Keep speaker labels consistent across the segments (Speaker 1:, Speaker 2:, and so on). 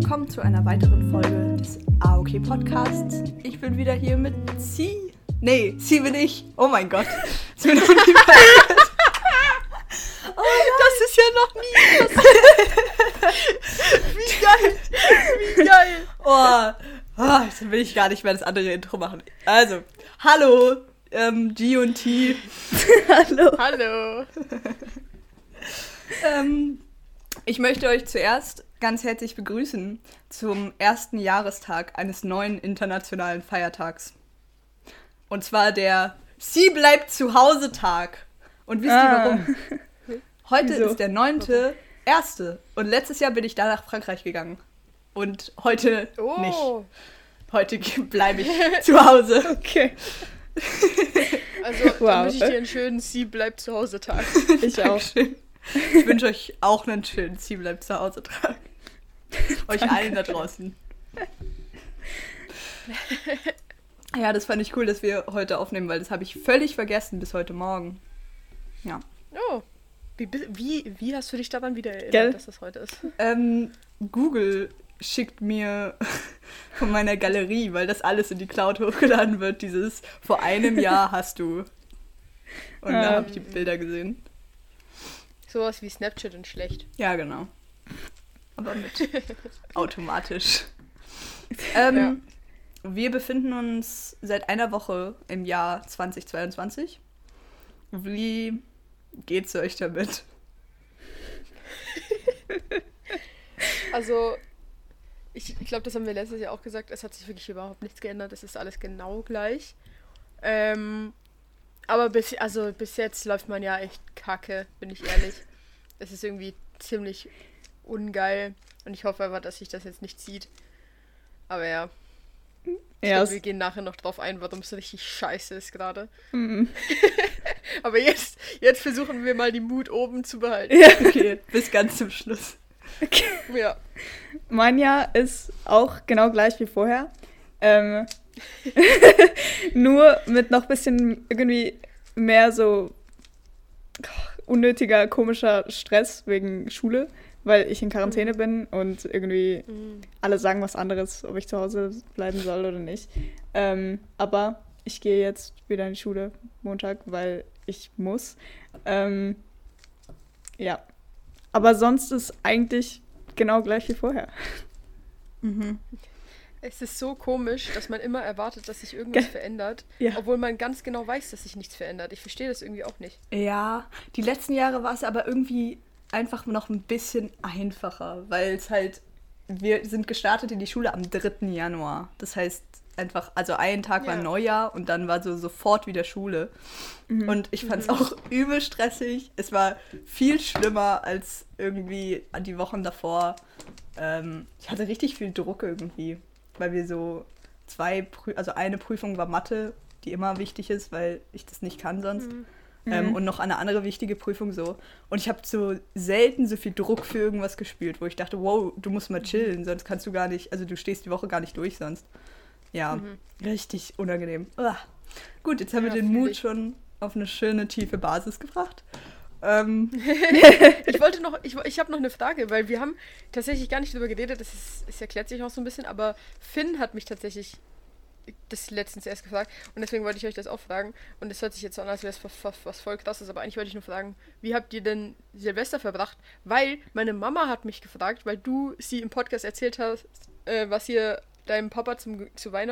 Speaker 1: willkommen zu einer weiteren Folge des AOK Podcasts. Ich bin wieder hier mit Sie. Nee, Sie bin ich. Oh mein Gott. Das ist mir noch nie passiert. Oh nein. Das ist ja noch nie passiert. Wie geil. Jetzt will ich gar nicht mehr das andere Intro machen. Also, hallo, G und T.
Speaker 2: Hallo.
Speaker 1: Ich möchte euch zuerst ganz herzlich begrüßen zum ersten Jahrestag eines neuen internationalen Feiertags. Und zwar der Sie bleibt zu Hause Tag. Und wisst ihr warum? Heute ist der 9.1. Und letztes Jahr bin ich da nach Frankreich gegangen. Und heute nicht. Heute bleibe ich zu Hause.
Speaker 2: Okay. Also, dann wünsche ich dir einen schönen Sie bleibt zu Hause Tag.
Speaker 1: Ich auch. Ich wünsche euch auch einen schönen Sie bleibt zu Hause Tag. Euch allen da draußen. Ja, das fand ich cool, dass wir heute aufnehmen, weil das habe ich völlig vergessen bis heute Morgen. Ja.
Speaker 2: Oh. Wie hast du dich daran wieder erinnert, dass das heute ist?
Speaker 1: Google schickt mir von meiner Galerie, weil das alles in die Cloud hochgeladen wird, dieses vor einem Jahr hast du. Und da habe ich die Bilder gesehen.
Speaker 2: Sowas wie Snapchat und schlecht.
Speaker 1: Ja, genau. Aber mit automatisch. Wir befinden uns seit einer Woche im Jahr 2022. Wie geht's euch damit?
Speaker 2: Also, ich glaube, das haben wir letztes Jahr auch gesagt, es hat sich wirklich überhaupt nichts geändert, es ist alles genau gleich. Aber bis jetzt läuft man ja echt kacke, bin ich ehrlich. Es ist irgendwie ziemlich ungeil und ich hoffe einfach, dass sich das jetzt nicht zieht. Aber ja. Ich glaube, wir gehen nachher noch drauf ein, warum es richtig scheiße ist gerade. Mhm. Aber jetzt versuchen wir mal die Mut oben zu behalten.
Speaker 1: Ja, okay, bis ganz zum Schluss.
Speaker 2: Okay. Ja.
Speaker 3: Mein Jahr ist auch genau gleich wie vorher. Nur mit noch ein bisschen irgendwie mehr so unnötiger, komischer Stress wegen Schule, weil ich in Quarantäne bin und irgendwie alle sagen was anderes, ob ich zu Hause bleiben soll oder nicht. Aber ich gehe jetzt wieder in die Schule Montag, weil ich muss. Ja. Aber sonst ist eigentlich genau gleich wie vorher.
Speaker 1: Mhm.
Speaker 2: Es ist so komisch, dass man immer erwartet, dass sich irgendwas verändert, obwohl man ganz genau weiß, dass sich nichts verändert. Ich verstehe das irgendwie auch nicht.
Speaker 1: Ja, die letzten Jahre war es aber irgendwie einfach noch ein bisschen einfacher, weil es halt, wir sind gestartet in die Schule am 3. Januar. Das heißt einfach, also ein Tag war Neujahr und dann war so sofort wieder Schule. Mhm. Und ich fand es auch übel stressig. Es war viel schlimmer als irgendwie die Wochen davor. Ich hatte richtig viel Druck irgendwie, weil wir so eine Prüfung war Mathe, die immer wichtig ist, weil ich das nicht kann sonst. Und noch eine andere wichtige Prüfung so. Und ich habe so selten so viel Druck für irgendwas gespielt, wo ich dachte, wow, du musst mal chillen, sonst kannst du gar nicht, also du stehst die Woche gar nicht durch sonst. Ja, richtig unangenehm. Uah. Gut, jetzt haben wir den Mut schon auf eine schöne, tiefe Basis gebracht.
Speaker 2: Ich habe noch eine Frage, weil wir haben tatsächlich gar nicht drüber geredet, es erklärt sich auch so ein bisschen, aber Finn hat mich tatsächlich das letztens erst gefragt und deswegen wollte ich euch das auch fragen und es hört sich jetzt so an, als wäre es was voll krasses, aber eigentlich wollte ich nur fragen, wie habt ihr denn Silvester verbracht? Weil meine Mama hat mich gefragt, weil du sie im Podcast erzählt hast, was ihr deinem Papa zum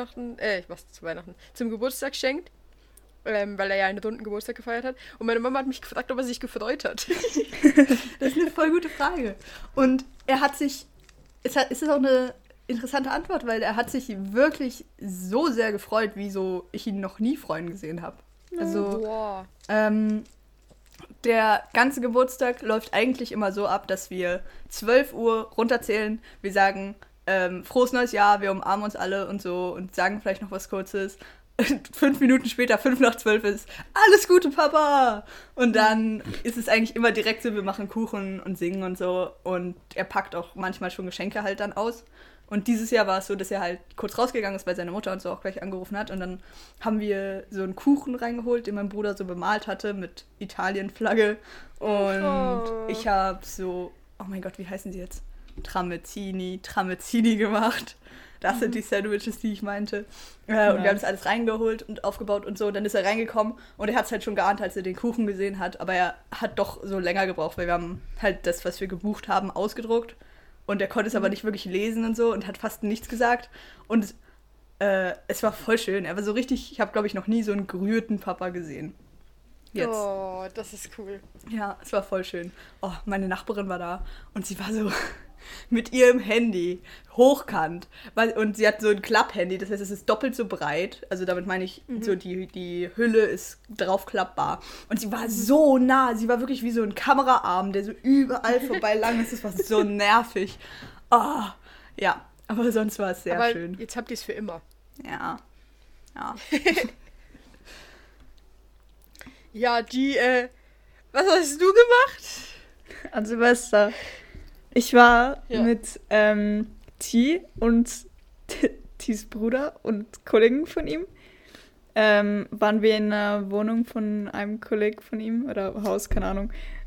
Speaker 2: Geburtstag schenkt, weil er ja einen runden Geburtstag gefeiert hat. Und meine Mama hat mich gefragt, ob er sich gefreut hat.
Speaker 1: Das ist eine voll gute Frage. Und es ist auch eine interessante Antwort, weil er hat sich wirklich so sehr gefreut, wie so ich ihn noch nie freuen gesehen habe. Also, der ganze Geburtstag läuft eigentlich immer so ab, dass wir 12 Uhr runterzählen. Wir sagen, frohes neues Jahr, wir umarmen uns alle und so und sagen vielleicht noch was Kurzes. 5 Minuten später, 11:55 ist, alles Gute, Papa! Und dann ist es eigentlich immer direkt so, wir machen Kuchen und singen und so. Und er packt auch manchmal schon Geschenke halt dann aus. Und dieses Jahr war es so, dass er halt kurz rausgegangen ist, weil seine Mutter uns so auch gleich angerufen hat. Und dann haben wir so einen Kuchen reingeholt, den mein Bruder so bemalt hatte mit Italien-Flagge. Und ich habe so, oh mein Gott, wie heißen die jetzt? Tramezzini gemacht. Das sind die Sandwiches, die ich meinte. Und wir haben das alles reingeholt und aufgebaut und so. Dann ist er reingekommen und er hat es halt schon geahnt, als er den Kuchen gesehen hat. Aber er hat doch so länger gebraucht, weil wir haben halt das, was wir gebucht haben, ausgedruckt. Und er konnte es aber nicht wirklich lesen und so und hat fast nichts gesagt. Und es war voll schön. Er war so richtig, ich habe, glaube ich, noch nie so einen gerührten Papa gesehen. Jetzt.
Speaker 2: Oh, das ist cool.
Speaker 1: Ja, es war voll schön. Oh, meine Nachbarin war da und sie war so mit ihrem Handy hochkant. Und sie hat so ein Klapp-Handy, das heißt, es ist doppelt so breit. Also damit meine ich, so die Hülle ist draufklappbar. Und sie war so nah, sie war wirklich wie so ein Kameraarm, der so überall vorbei lang ist. Das war so nervig. Oh, ja, aber sonst war es sehr schön.
Speaker 2: Jetzt habt ihr es für immer.
Speaker 1: Ja.
Speaker 2: Ja, was hast du gemacht?
Speaker 3: An Silvester. Ich war mit T und Ts Bruder und Kollegen von ihm. Waren wir in einer Wohnung von einem Kollegen von ihm oder Haus, keine Ahnung.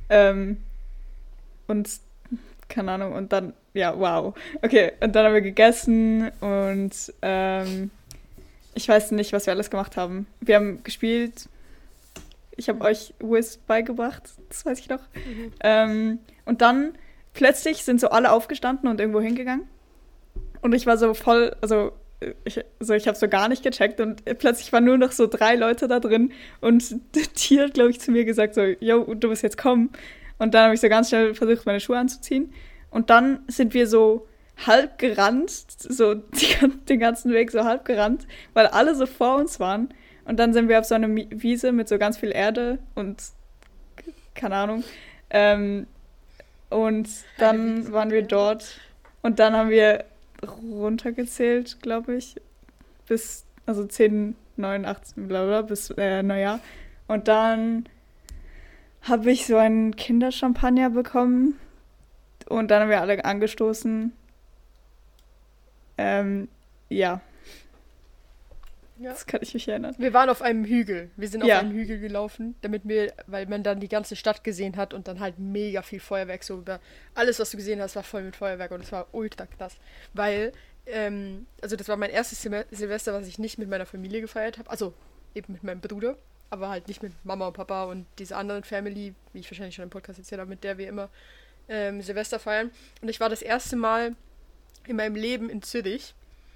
Speaker 3: Und keine Ahnung, und dann, ja, wow. Okay, und dann haben wir gegessen und ich weiß nicht, was wir alles gemacht haben. Wir haben gespielt. Ich habe euch Whist beigebracht, das weiß ich noch. Und dann plötzlich sind so alle aufgestanden und irgendwo hingegangen. Und ich war so voll, ich habe so gar nicht gecheckt. Und plötzlich waren nur noch so 3 Leute da drin. Und der Tier hat, glaube ich, zu mir gesagt so, yo, du musst jetzt kommen. Und dann habe ich so ganz schnell versucht, meine Schuhe anzuziehen. Und dann sind wir so halb gerannt, so den ganzen Weg so halb gerannt, weil alle so vor uns waren. Und dann sind wir auf so einer Wiese mit so ganz viel Erde und keine Ahnung. Und dann waren wir dort und dann haben wir runtergezählt, glaube ich, bis, 10, 9, 18, bla bla, bis Neujahr. Und dann habe ich so einen Kinderchampagner bekommen und dann haben wir alle angestoßen. Ja. Das kann ich mich erinnern.
Speaker 2: Wir waren auf einem Hügel. Wir sind auf einem Hügel gelaufen, weil man dann die ganze Stadt gesehen hat und dann halt mega viel Feuerwerk. So über alles, was du gesehen hast, war voll mit Feuerwerk und es war ultra krass. Weil, das war mein erstes Silvester, was ich nicht mit meiner Familie gefeiert habe. Also eben mit meinem Bruder, aber halt nicht mit Mama und Papa und dieser anderen Family, wie ich wahrscheinlich schon im Podcast erzählt habe, mit der wir immer Silvester feiern. Und ich war das erste Mal in meinem Leben in Zürich.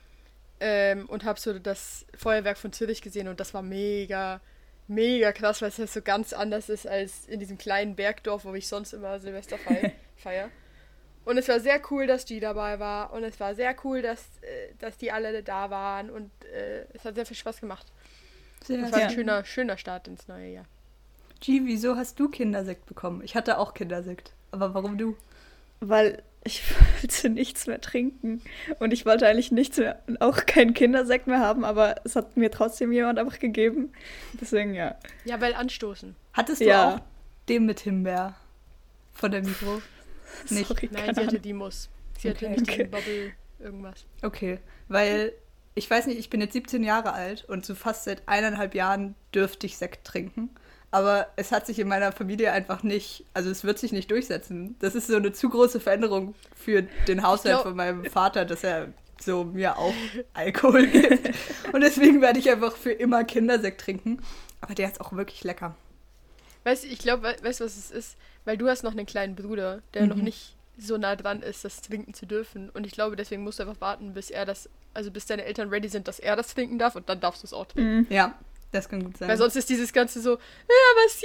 Speaker 2: Und habe so das Feuerwerk von Zürich gesehen und das war mega, mega krass, weil es halt so ganz anders ist als in diesem kleinen Bergdorf, wo ich sonst immer Silvester feiere. Und es war sehr cool, dass die dabei war und es war sehr cool, dass die alle da waren und es hat sehr viel Spaß gemacht. Das war ein schöner Start ins neue Jahr.
Speaker 1: G, wieso hast du Kindersekt bekommen? Ich hatte auch Kindersekt, aber warum du?
Speaker 3: Weil ich wollte nichts mehr trinken und ich wollte eigentlich nichts mehr, auch keinen Kindersekt mehr haben, aber es hat mir trotzdem jemand einfach gegeben. Deswegen, ja.
Speaker 2: Ja, weil anstoßen.
Speaker 1: Hattest du auch den mit Himbeer von der Mikro? Nicht?
Speaker 3: Sorry,
Speaker 2: nein, sie hatte die Muss. Sie hatte nicht den Bubble irgendwas.
Speaker 1: Okay, weil ich weiß nicht, ich bin jetzt 17 Jahre alt und so fast seit 1,5 Jahren dürfte ich Sekt trinken. Aber es hat sich in meiner Familie einfach nicht, also es wird sich nicht durchsetzen. Das ist so eine zu große Veränderung für den Haushalt von meinem Vater, dass er so mir auch Alkohol gibt. Und deswegen werde ich einfach für immer Kindersekt trinken. Aber der ist auch wirklich lecker.
Speaker 2: Weißt du, was es ist? Weil du hast noch einen kleinen Bruder, der noch nicht so nah dran ist, das trinken zu dürfen. Und ich glaube, deswegen musst du einfach warten, bis deine Eltern ready sind, dass er das trinken darf und dann darfst du es auch trinken.
Speaker 1: Ja. Das kann gut sein.
Speaker 2: Weil sonst ist dieses Ganze so, aber sie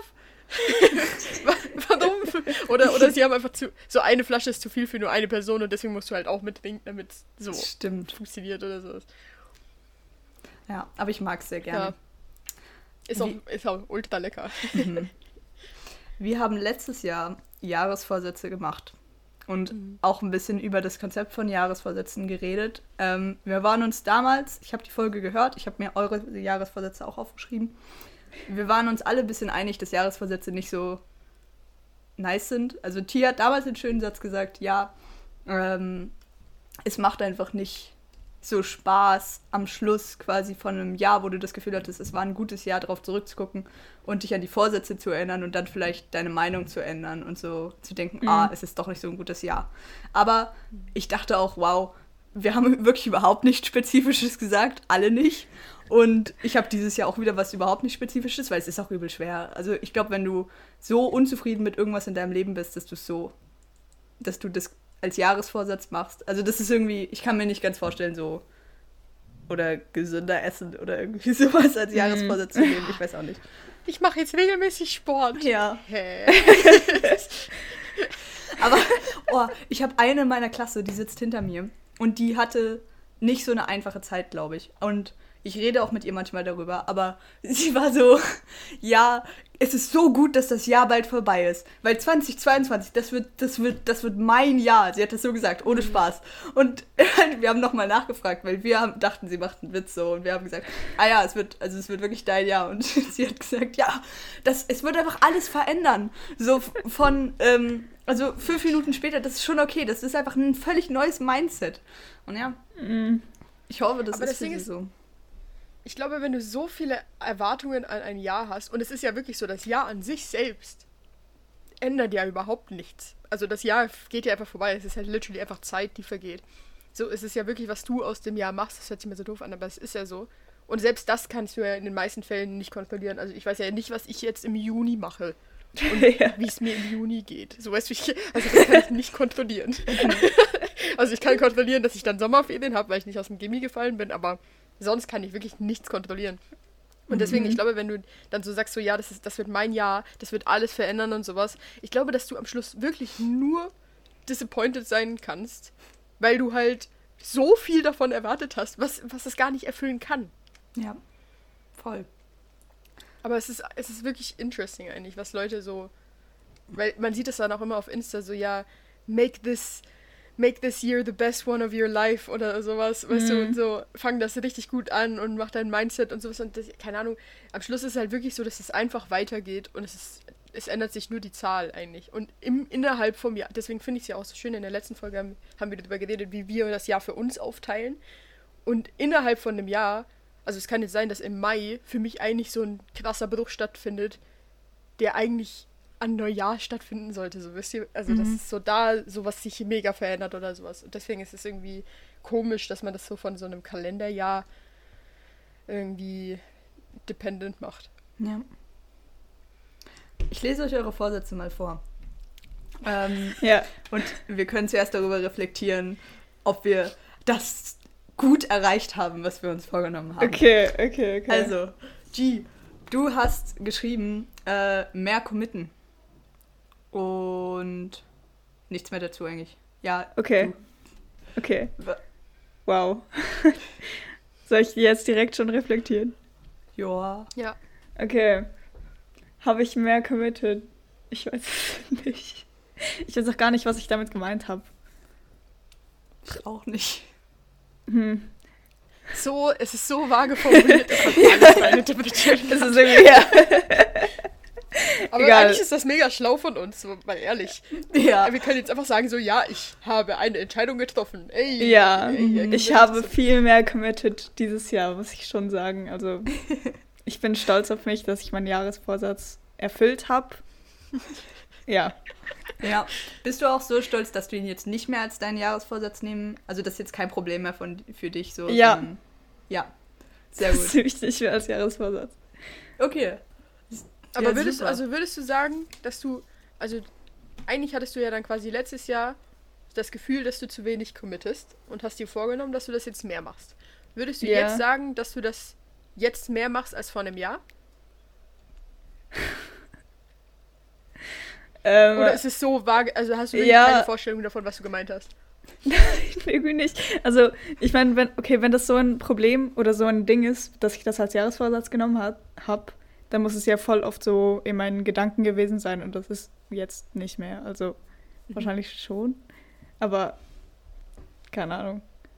Speaker 2: darf. Warum? Oder sie haben einfach so eine Flasche ist zu viel für nur eine Person und deswegen musst du halt auch mittrinken, damit es so funktioniert oder so.
Speaker 1: Ja, aber ich mag es sehr gerne.
Speaker 2: Ja. Ist auch ultra lecker.
Speaker 1: Wir haben letztes Jahr Jahresvorsätze gemacht. Und auch ein bisschen über das Konzept von Jahresvorsätzen geredet. Wir waren uns damals, ich habe die Folge gehört, ich habe mir eure Jahresvorsätze auch aufgeschrieben. Wir waren uns alle ein bisschen einig, dass Jahresvorsätze nicht so nice sind. Also Tia hat damals einen schönen Satz gesagt, es macht einfach nicht so Spaß am Schluss quasi von einem Jahr, wo du das Gefühl hattest, es war ein gutes Jahr, darauf zurückzugucken und dich an die Vorsätze zu erinnern und dann vielleicht deine Meinung zu ändern und so zu denken, es ist doch nicht so ein gutes Jahr. Aber ich dachte auch, wow, wir haben wirklich überhaupt nichts Spezifisches gesagt, alle nicht. Und ich habe dieses Jahr auch wieder was überhaupt nicht Spezifisches, weil es ist auch übel schwer. Also ich glaube, wenn du so unzufrieden mit irgendwas in deinem Leben bist, dass du das als Jahresvorsatz machst. Also das ist irgendwie, ich kann mir nicht ganz vorstellen, so oder gesünder essen oder irgendwie sowas als Jahresvorsatz zu nehmen. Ich weiß auch nicht.
Speaker 2: Ich mache jetzt regelmäßig Sport.
Speaker 1: Ja.
Speaker 2: Hä?
Speaker 1: Aber ich habe eine in meiner Klasse, die sitzt hinter mir und die hatte nicht so eine einfache Zeit, glaube ich. Und ich rede auch mit ihr manchmal darüber, aber sie war so, ja, es ist so gut, dass das Jahr bald vorbei ist, weil 2022, das wird mein Jahr. Sie hat das so gesagt, ohne Spaß. Und wir haben nochmal nachgefragt, weil wir dachten, sie macht einen Witz so und wir haben gesagt, es wird wirklich dein Jahr. Und sie hat gesagt, ja, es wird einfach alles verändern. So von, also 5 Minuten später, das ist schon okay, das ist einfach ein völlig neues Mindset. Und ja, ich hoffe, das ist für sie so.
Speaker 2: Ich glaube, wenn du so viele Erwartungen an ein Jahr hast, und es ist ja wirklich so, das Jahr an sich selbst ändert ja überhaupt nichts. Also das Jahr geht ja einfach vorbei, es ist halt literally einfach Zeit, die vergeht. So, es ist ja wirklich, was du aus dem Jahr machst, das hört sich mir so doof an, aber es ist ja so. Und selbst das kannst du ja in den meisten Fällen nicht kontrollieren. Also ich weiß ja nicht, was ich jetzt im Juni mache und wie es mir im Juni geht. So, weißt du, also das kann ich nicht kontrollieren. Also ich kann kontrollieren, dass ich dann Sommerferien habe, weil ich nicht aus dem Gimmi gefallen bin, aber sonst kann ich wirklich nichts kontrollieren. Und deswegen, ich glaube, wenn du dann so sagst, so ja, das wird mein Jahr, das wird alles verändern und sowas, ich glaube, dass du am Schluss wirklich nur disappointed sein kannst, weil du halt so viel davon erwartet hast, was es gar nicht erfüllen kann.
Speaker 1: Ja, voll.
Speaker 2: Aber es ist wirklich interesting eigentlich, was Leute so, weil man sieht es dann auch immer auf Insta so, ja, make this year the best one of your life oder sowas, weißt du, und so, fang das richtig gut an und mach dein Mindset und sowas und das, keine Ahnung, am Schluss ist es halt wirklich so, dass es einfach weitergeht und es ändert sich nur die Zahl eigentlich und innerhalb vom Jahr, deswegen finde ich es ja auch so schön, in der letzten Folge haben wir darüber geredet, wie wir das Jahr für uns aufteilen und innerhalb von einem Jahr, also es kann jetzt sein, dass im Mai für mich eigentlich so ein krasser Bruch stattfindet, der eigentlich an Neujahr stattfinden sollte, so wisst ihr, also das ist so da, sowas sich mega verändert oder sowas. Und deswegen ist es irgendwie komisch, dass man das so von so einem Kalenderjahr irgendwie dependent macht.
Speaker 1: Ja. Ich lese euch eure Vorsätze mal vor.
Speaker 3: Ja.
Speaker 1: Und wir können zuerst darüber reflektieren, ob wir das gut erreicht haben, was wir uns vorgenommen haben.
Speaker 3: Okay.
Speaker 1: Also, G, du hast geschrieben, mehr committen. Und nichts mehr dazu eigentlich. Ja.
Speaker 3: Okay. Wow. Soll ich jetzt direkt schon reflektieren?
Speaker 1: Ja.
Speaker 2: Ja.
Speaker 3: Okay. Habe ich mehr committed? Ich weiß es nicht. Ich weiß auch gar nicht, was ich damit gemeint habe.
Speaker 1: Ich auch nicht.
Speaker 2: So, es ist so vage formuliert, das hat alles eine Interpretation.
Speaker 3: Es ist irgendwie, ja.
Speaker 2: Aber
Speaker 3: Egal.
Speaker 2: eigentlich ist das mega schlau von uns, so, mal ehrlich.
Speaker 1: Ja.
Speaker 2: Wir können jetzt einfach sagen so, ja, ich habe eine Entscheidung getroffen. Ey,
Speaker 3: Ja,
Speaker 2: ey,
Speaker 3: ich habe viel mehr committed dieses Jahr, muss ich schon sagen. Also ich bin stolz auf mich, dass ich meinen Jahresvorsatz erfüllt habe. Ja.
Speaker 1: Ja. Bist du auch so stolz, dass du ihn jetzt nicht mehr als deinen Jahresvorsatz nehmen? Also das ist jetzt kein Problem mehr für dich so?
Speaker 3: Ja.
Speaker 1: Sondern, ja. Sehr
Speaker 3: Das
Speaker 1: gut.
Speaker 3: ist nämlich nicht mehr als Jahresvorsatz.
Speaker 1: Okay.
Speaker 2: Aber
Speaker 1: Ja,
Speaker 2: würdest
Speaker 1: super.
Speaker 2: du sagen, dass du, also eigentlich hattest du ja dann quasi letztes Jahr das Gefühl, dass du zu wenig committest und hast dir vorgenommen, dass du das jetzt mehr machst. Würdest du
Speaker 3: Ja.
Speaker 2: jetzt sagen, dass du das jetzt mehr machst als vor einem Jahr? Oder ist es so vage, also hast du wirklich
Speaker 3: Ja.
Speaker 2: keine Vorstellung davon, was du gemeint hast?
Speaker 3: Irgendwie nicht. Also, ich meine, wenn das so ein Problem oder so ein Ding ist, dass ich das als Jahresvorsatz genommen habe, dann muss es ja voll oft so in meinen Gedanken gewesen sein und das ist jetzt nicht mehr. Also, wahrscheinlich schon. Aber, keine Ahnung.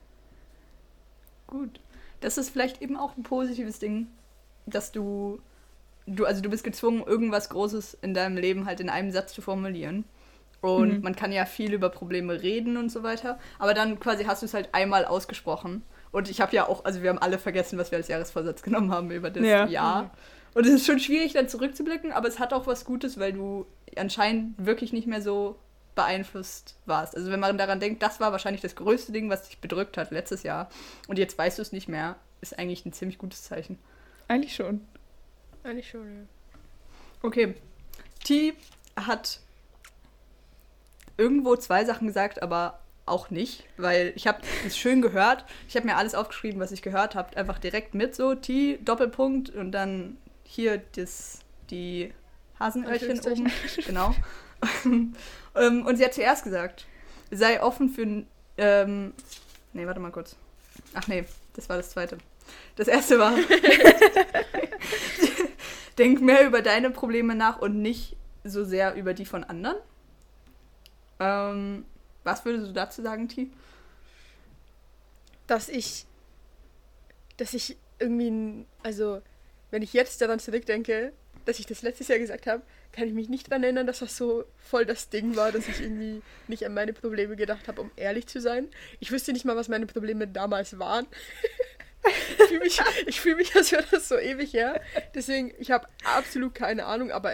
Speaker 1: Gut. Das ist vielleicht eben auch ein positives Ding, dass du bist gezwungen, irgendwas Großes in deinem Leben halt in einem Satz zu formulieren. Und man kann ja viel über Probleme reden und so weiter. Aber dann quasi hast du es halt einmal ausgesprochen. Und ich habe ja auch, also wir haben alle vergessen, was wir als Jahresvorsatz genommen haben über das
Speaker 3: Ja.
Speaker 1: Jahr. Und es ist schon schwierig, dann zurückzublicken, aber es hat auch was Gutes, weil du anscheinend wirklich nicht mehr so beeinflusst warst. Also wenn man daran denkt, das war wahrscheinlich das größte Ding, was dich bedrückt hat letztes Jahr. Und jetzt weißt du es nicht mehr, ist eigentlich ein ziemlich gutes Zeichen.
Speaker 3: Eigentlich schon.
Speaker 2: Eigentlich schon, ja.
Speaker 1: Okay. T hat irgendwo 2 Sachen gesagt, aber auch nicht, weil ich habe es schön gehört. Ich habe mir alles aufgeschrieben, was ich gehört habe, einfach direkt mit so T, Doppelpunkt und dann hier die Hasenöhrchen oben. Genau. Und sie hat zuerst gesagt, sei offen für... nee, warte mal kurz. Ach nee, das war das zweite. Das erste war... Denk mehr über deine Probleme nach und nicht so sehr über die von anderen. Was würdest du dazu sagen, T?
Speaker 2: Dass ich irgendwie, also wenn ich jetzt daran zurückdenke, dass ich das letztes Jahr gesagt habe, kann ich mich nicht daran erinnern, dass das so voll das Ding war, dass ich irgendwie nicht an meine Probleme gedacht habe, um ehrlich zu sein. Ich wüsste nicht mal, was meine Probleme damals waren. Ich fühle mich, als wäre das so ewig her. Deswegen, ich habe absolut keine Ahnung, aber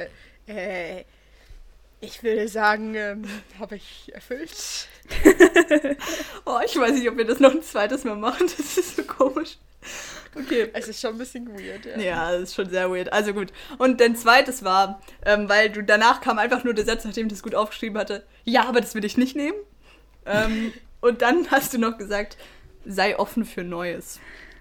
Speaker 2: ich würde sagen, habe ich erfüllt.
Speaker 1: Oh, ich weiß nicht, ob wir das noch ein zweites Mal machen. Das ist so komisch. Okay.
Speaker 2: Es ist schon ein bisschen weird, ja.
Speaker 1: Ja, das ist schon sehr weird. Also gut. Und dein zweites war, weil du danach kam einfach nur der Satz, nachdem ich das gut aufgeschrieben hatte, ja, aber das will ich nicht nehmen. Und dann hast du noch gesagt, sei offen für Neues.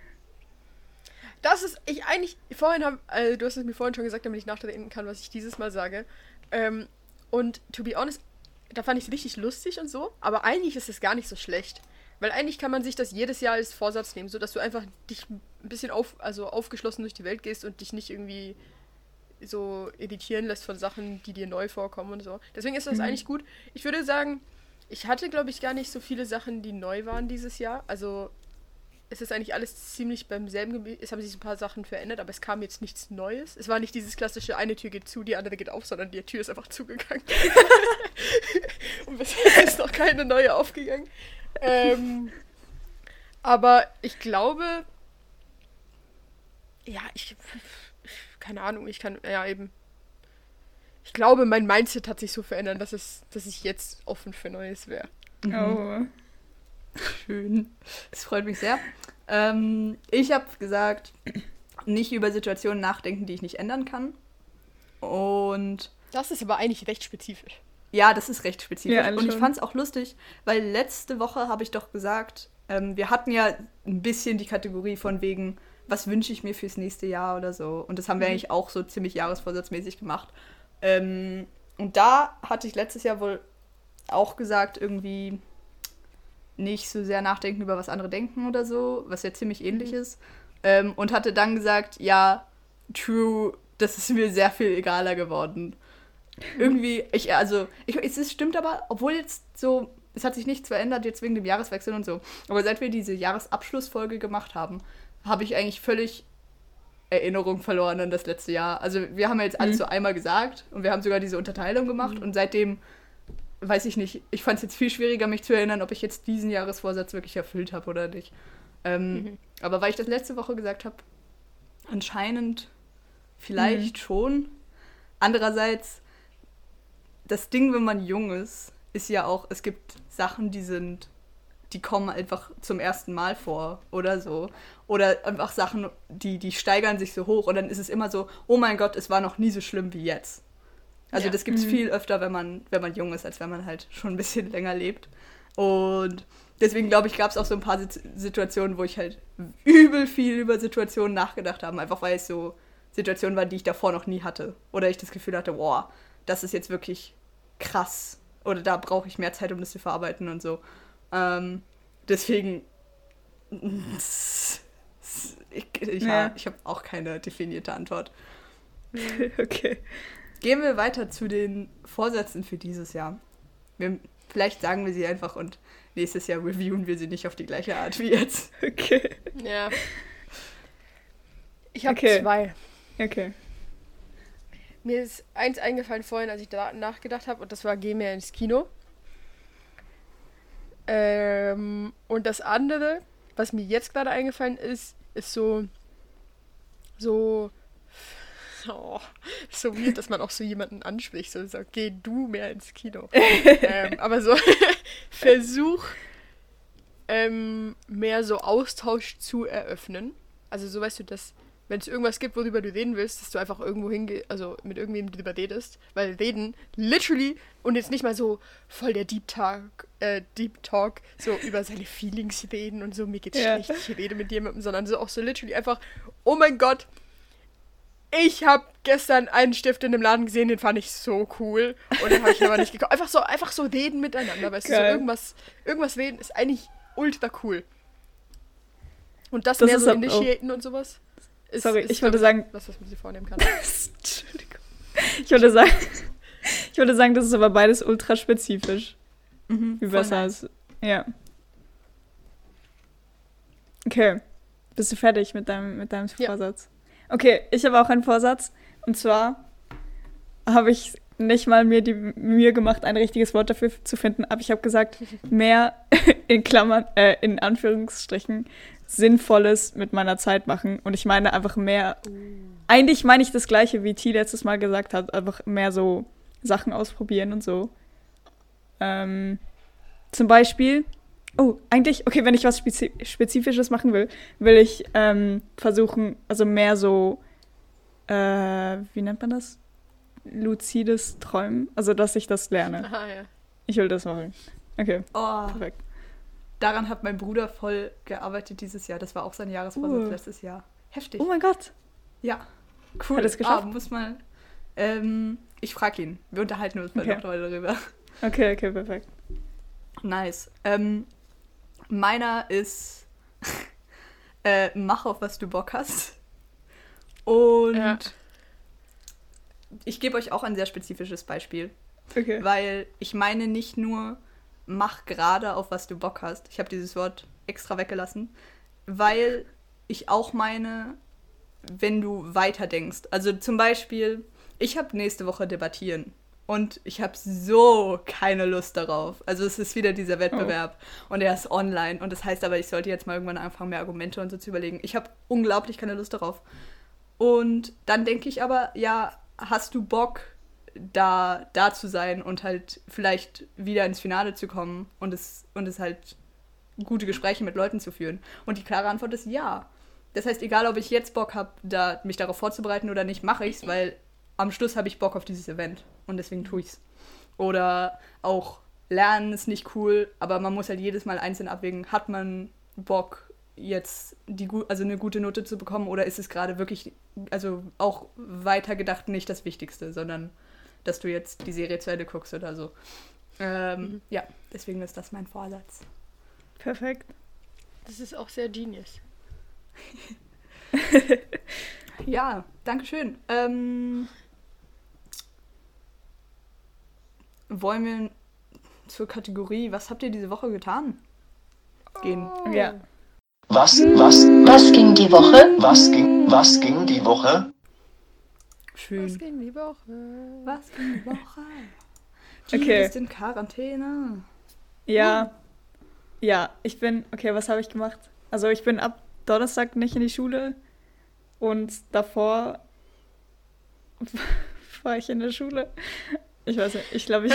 Speaker 2: Das ist, du hast es mir vorhin schon gesagt, damit ich nachdenken kann, was ich dieses Mal sage. Und to be honest, da fand ich es richtig lustig und so, aber eigentlich ist es gar nicht so schlecht. Weil eigentlich kann man sich das jedes Jahr als Vorsatz nehmen, sodass du einfach dich ein bisschen aufgeschlossen durch die Welt gehst und dich nicht irgendwie so irritieren lässt von Sachen, die dir neu vorkommen und so. Deswegen ist das eigentlich gut. Ich würde sagen, ich hatte, glaube ich, gar nicht so viele Sachen, die neu waren dieses Jahr. Also es ist eigentlich alles ziemlich beim selben geblieben. Es haben sich ein paar Sachen verändert, aber es kam jetzt nichts Neues. Es war nicht dieses klassische, eine Tür geht zu, die andere geht auf, sondern die Tür ist einfach zugegangen. Und bisher ist noch keine neue aufgegangen. Aber ich glaube, ja, keine Ahnung, ich glaube, mein Mindset hat sich so verändert, dass ich jetzt offen für Neues wäre.
Speaker 3: Oh.
Speaker 1: Schön. Das freut mich sehr. Ich habe gesagt, nicht über Situationen nachdenken, die ich nicht ändern kann. Und
Speaker 2: das ist aber eigentlich recht spezifisch.
Speaker 1: ja, das ist recht spezifisch.
Speaker 3: Ja,
Speaker 1: und ich
Speaker 3: schon.
Speaker 1: fand es auch lustig, weil letzte Woche habe ich doch gesagt, wir hatten ja ein bisschen die Kategorie von wegen, was wünsche ich mir fürs nächste Jahr oder so. Und das haben wir eigentlich auch so ziemlich jahresvorsatzmäßig gemacht. Und da hatte ich letztes Jahr wohl auch gesagt, irgendwie nicht so sehr nachdenken über was andere denken oder so, was ja ziemlich ähnlich ist. Und hatte dann gesagt, ja, true, das ist mir sehr viel egaler geworden. Irgendwie, es stimmt aber, obwohl jetzt so, es hat sich nichts verändert jetzt wegen dem Jahreswechsel und so, aber seit wir diese Jahresabschlussfolge gemacht haben, habe ich eigentlich völlig Erinnerung verloren an das letzte Jahr. Also wir haben ja jetzt alles so einmal gesagt und wir haben sogar diese Unterteilung gemacht und seitdem, weiß ich nicht, ich fand es jetzt viel schwieriger, mich zu erinnern, ob ich jetzt diesen Jahresvorsatz wirklich erfüllt habe oder nicht. Aber weil ich das letzte Woche gesagt habe, anscheinend vielleicht schon. Andererseits, das Ding, wenn man jung ist ja auch, es gibt Sachen, die kommen einfach zum ersten Mal vor oder so. Oder einfach Sachen, die steigern sich so hoch und dann ist es immer so, oh mein Gott, es war noch nie so schlimm wie jetzt. Also das gibt es viel öfter, wenn man jung ist, als wenn man halt schon ein bisschen länger lebt. Und deswegen, glaube ich, gab es auch so ein paar Situationen, wo ich halt übel viel über Situationen nachgedacht habe, einfach weil es so Situationen waren, die ich davor noch nie hatte. Oder ich das Gefühl hatte, wow, das ist jetzt wirklich krass. Oder da brauche ich mehr Zeit, um das zu verarbeiten und so. Deswegen, ich habe auch keine definierte Antwort.
Speaker 3: Okay.
Speaker 1: Gehen wir weiter zu den Vorsätzen für dieses Jahr. Vielleicht sagen wir sie einfach und nächstes Jahr reviewen wir sie nicht auf die gleiche Art wie jetzt.
Speaker 3: Okay.
Speaker 2: Ja. Ich habe
Speaker 3: Okay.
Speaker 2: 2.
Speaker 3: Okay.
Speaker 2: Mir ist eins eingefallen vorhin, als ich da nachgedacht habe, und das war, geh mehr ins Kino. Und das andere, was mir jetzt gerade eingefallen ist so weird, dass man auch so jemanden anspricht. So, geh du mehr ins Kino. Aber so versuch mehr so Austausch zu eröffnen. Also so, weißt du, dass wenn es irgendwas gibt, worüber du reden willst, dass du einfach irgendwo hingehst, also mit irgendwem drüber redest. Weil reden, literally, und jetzt nicht mal so voll der Deep Talk, so über seine Feelings reden und so, mir geht's schlecht, ich rede mit jemandem, sondern so auch so literally einfach, oh mein Gott, ich habe gestern einen Stift in dem Laden gesehen, den fand ich so cool und den habe ich aber nicht gekauft. Einfach so reden miteinander, weißt du, so irgendwas reden ist eigentlich ultra cool. Und das mehr so initiaten und sowas.
Speaker 3: Ich wollte sagen...
Speaker 2: Was man sich vornehmen kann.
Speaker 3: Entschuldigung. Ich wollte sagen, das ist aber beides ultra spezifisch. Wie besser ist. Ja. Okay. Bist du fertig mit deinem Vorsatz? Ja. Okay, ich habe auch einen Vorsatz. Und zwar habe ich nicht mal mir die Mühe gemacht, ein richtiges Wort dafür zu finden. Aber ich habe gesagt, mehr in Klammern, in Anführungsstrichen, Sinnvolles mit meiner Zeit machen. Und ich meine einfach mehr, eigentlich meine ich das Gleiche, wie T letztes Mal gesagt hat, einfach mehr so Sachen ausprobieren und so. Zum Beispiel, okay, wenn ich was Spezifisches machen will, will ich versuchen, also mehr so, wie nennt man das? Luzides Träumen, also dass ich das lerne.
Speaker 2: Aha, ja.
Speaker 3: Ich will das machen. Okay,
Speaker 1: perfekt. Daran hat mein Bruder voll gearbeitet dieses Jahr. Das war auch sein Jahresvorsatz letztes Jahr. Heftig.
Speaker 3: Oh mein Gott.
Speaker 1: Ja, cool.
Speaker 3: Hat er es geschafft?
Speaker 1: Muss mal... ich frage ihn. Wir unterhalten uns mal noch darüber.
Speaker 3: Okay, perfekt.
Speaker 1: Nice. Meiner ist mach auf, was du Bock hast. Und ich gebe euch auch ein sehr spezifisches Beispiel.
Speaker 3: Okay.
Speaker 1: Weil ich meine nicht nur mach gerade auf, was du Bock hast. Ich habe dieses Wort extra weggelassen. Weil ich auch meine, wenn du weiterdenkst. Also zum Beispiel, ich habe nächste Woche debattieren. Und ich habe so keine Lust darauf. Also es ist wieder dieser Wettbewerb. Und er ist online. Und das heißt aber, ich sollte jetzt mal irgendwann anfangen, mehr Argumente und so zu überlegen. Ich habe unglaublich keine Lust darauf. Und dann denke ich aber, ja, hast du Bock, da zu sein und halt vielleicht wieder ins Finale zu kommen und es halt gute Gespräche mit Leuten zu führen? Und die klare Antwort ist ja. Das heißt, egal, ob ich jetzt Bock habe, mich darauf vorzubereiten oder nicht, mache ich's, weil am Schluss habe ich Bock auf dieses Event und deswegen tue ich's. Oder auch Lernen ist nicht cool, aber man muss halt jedes Mal einzeln abwägen, hat man Bock, jetzt eine gute Note zu bekommen, oder ist es gerade wirklich, also auch weiter gedacht, nicht das Wichtigste, sondern dass du jetzt die Serie zu Ende guckst oder so. Ja, deswegen ist das mein Vorsatz.
Speaker 3: Perfekt.
Speaker 2: Das ist auch sehr genius.
Speaker 1: Ja, danke schön. Wollen wir zur Kategorie, was habt ihr diese Woche getan? Gehen.
Speaker 3: Ja.
Speaker 4: Was ging die Woche? Was ging die Woche?
Speaker 1: Schön.
Speaker 2: Was ging die Woche?
Speaker 1: Was ging die Woche?
Speaker 3: Okay.
Speaker 1: Du bist in Quarantäne.
Speaker 3: Ja. Ja, was habe ich gemacht? Also ich bin ab Donnerstag nicht in die Schule und davor war ich in der Schule. Ich weiß nicht, ich glaube, ich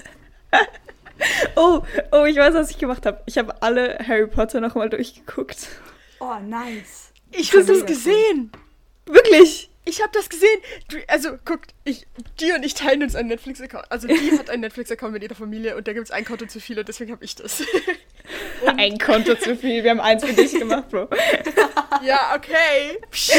Speaker 3: ich weiß, was ich gemacht habe. Ich habe alle Harry Potter nochmal durchgeguckt.
Speaker 1: Oh, nice.
Speaker 2: Ich habe das gesehen.
Speaker 3: Wirklich?
Speaker 2: Ich habe das gesehen. Also, guckt, die und ich teilen uns einen Netflix-Account. Also, die hat einen Netflix-Account mit ihrer Familie und da gibt es ein Konto zu viel und deswegen habe ich das.
Speaker 3: Ein Konto zu viel. Wir haben eins für dich gemacht, Bro.
Speaker 2: Ja, okay.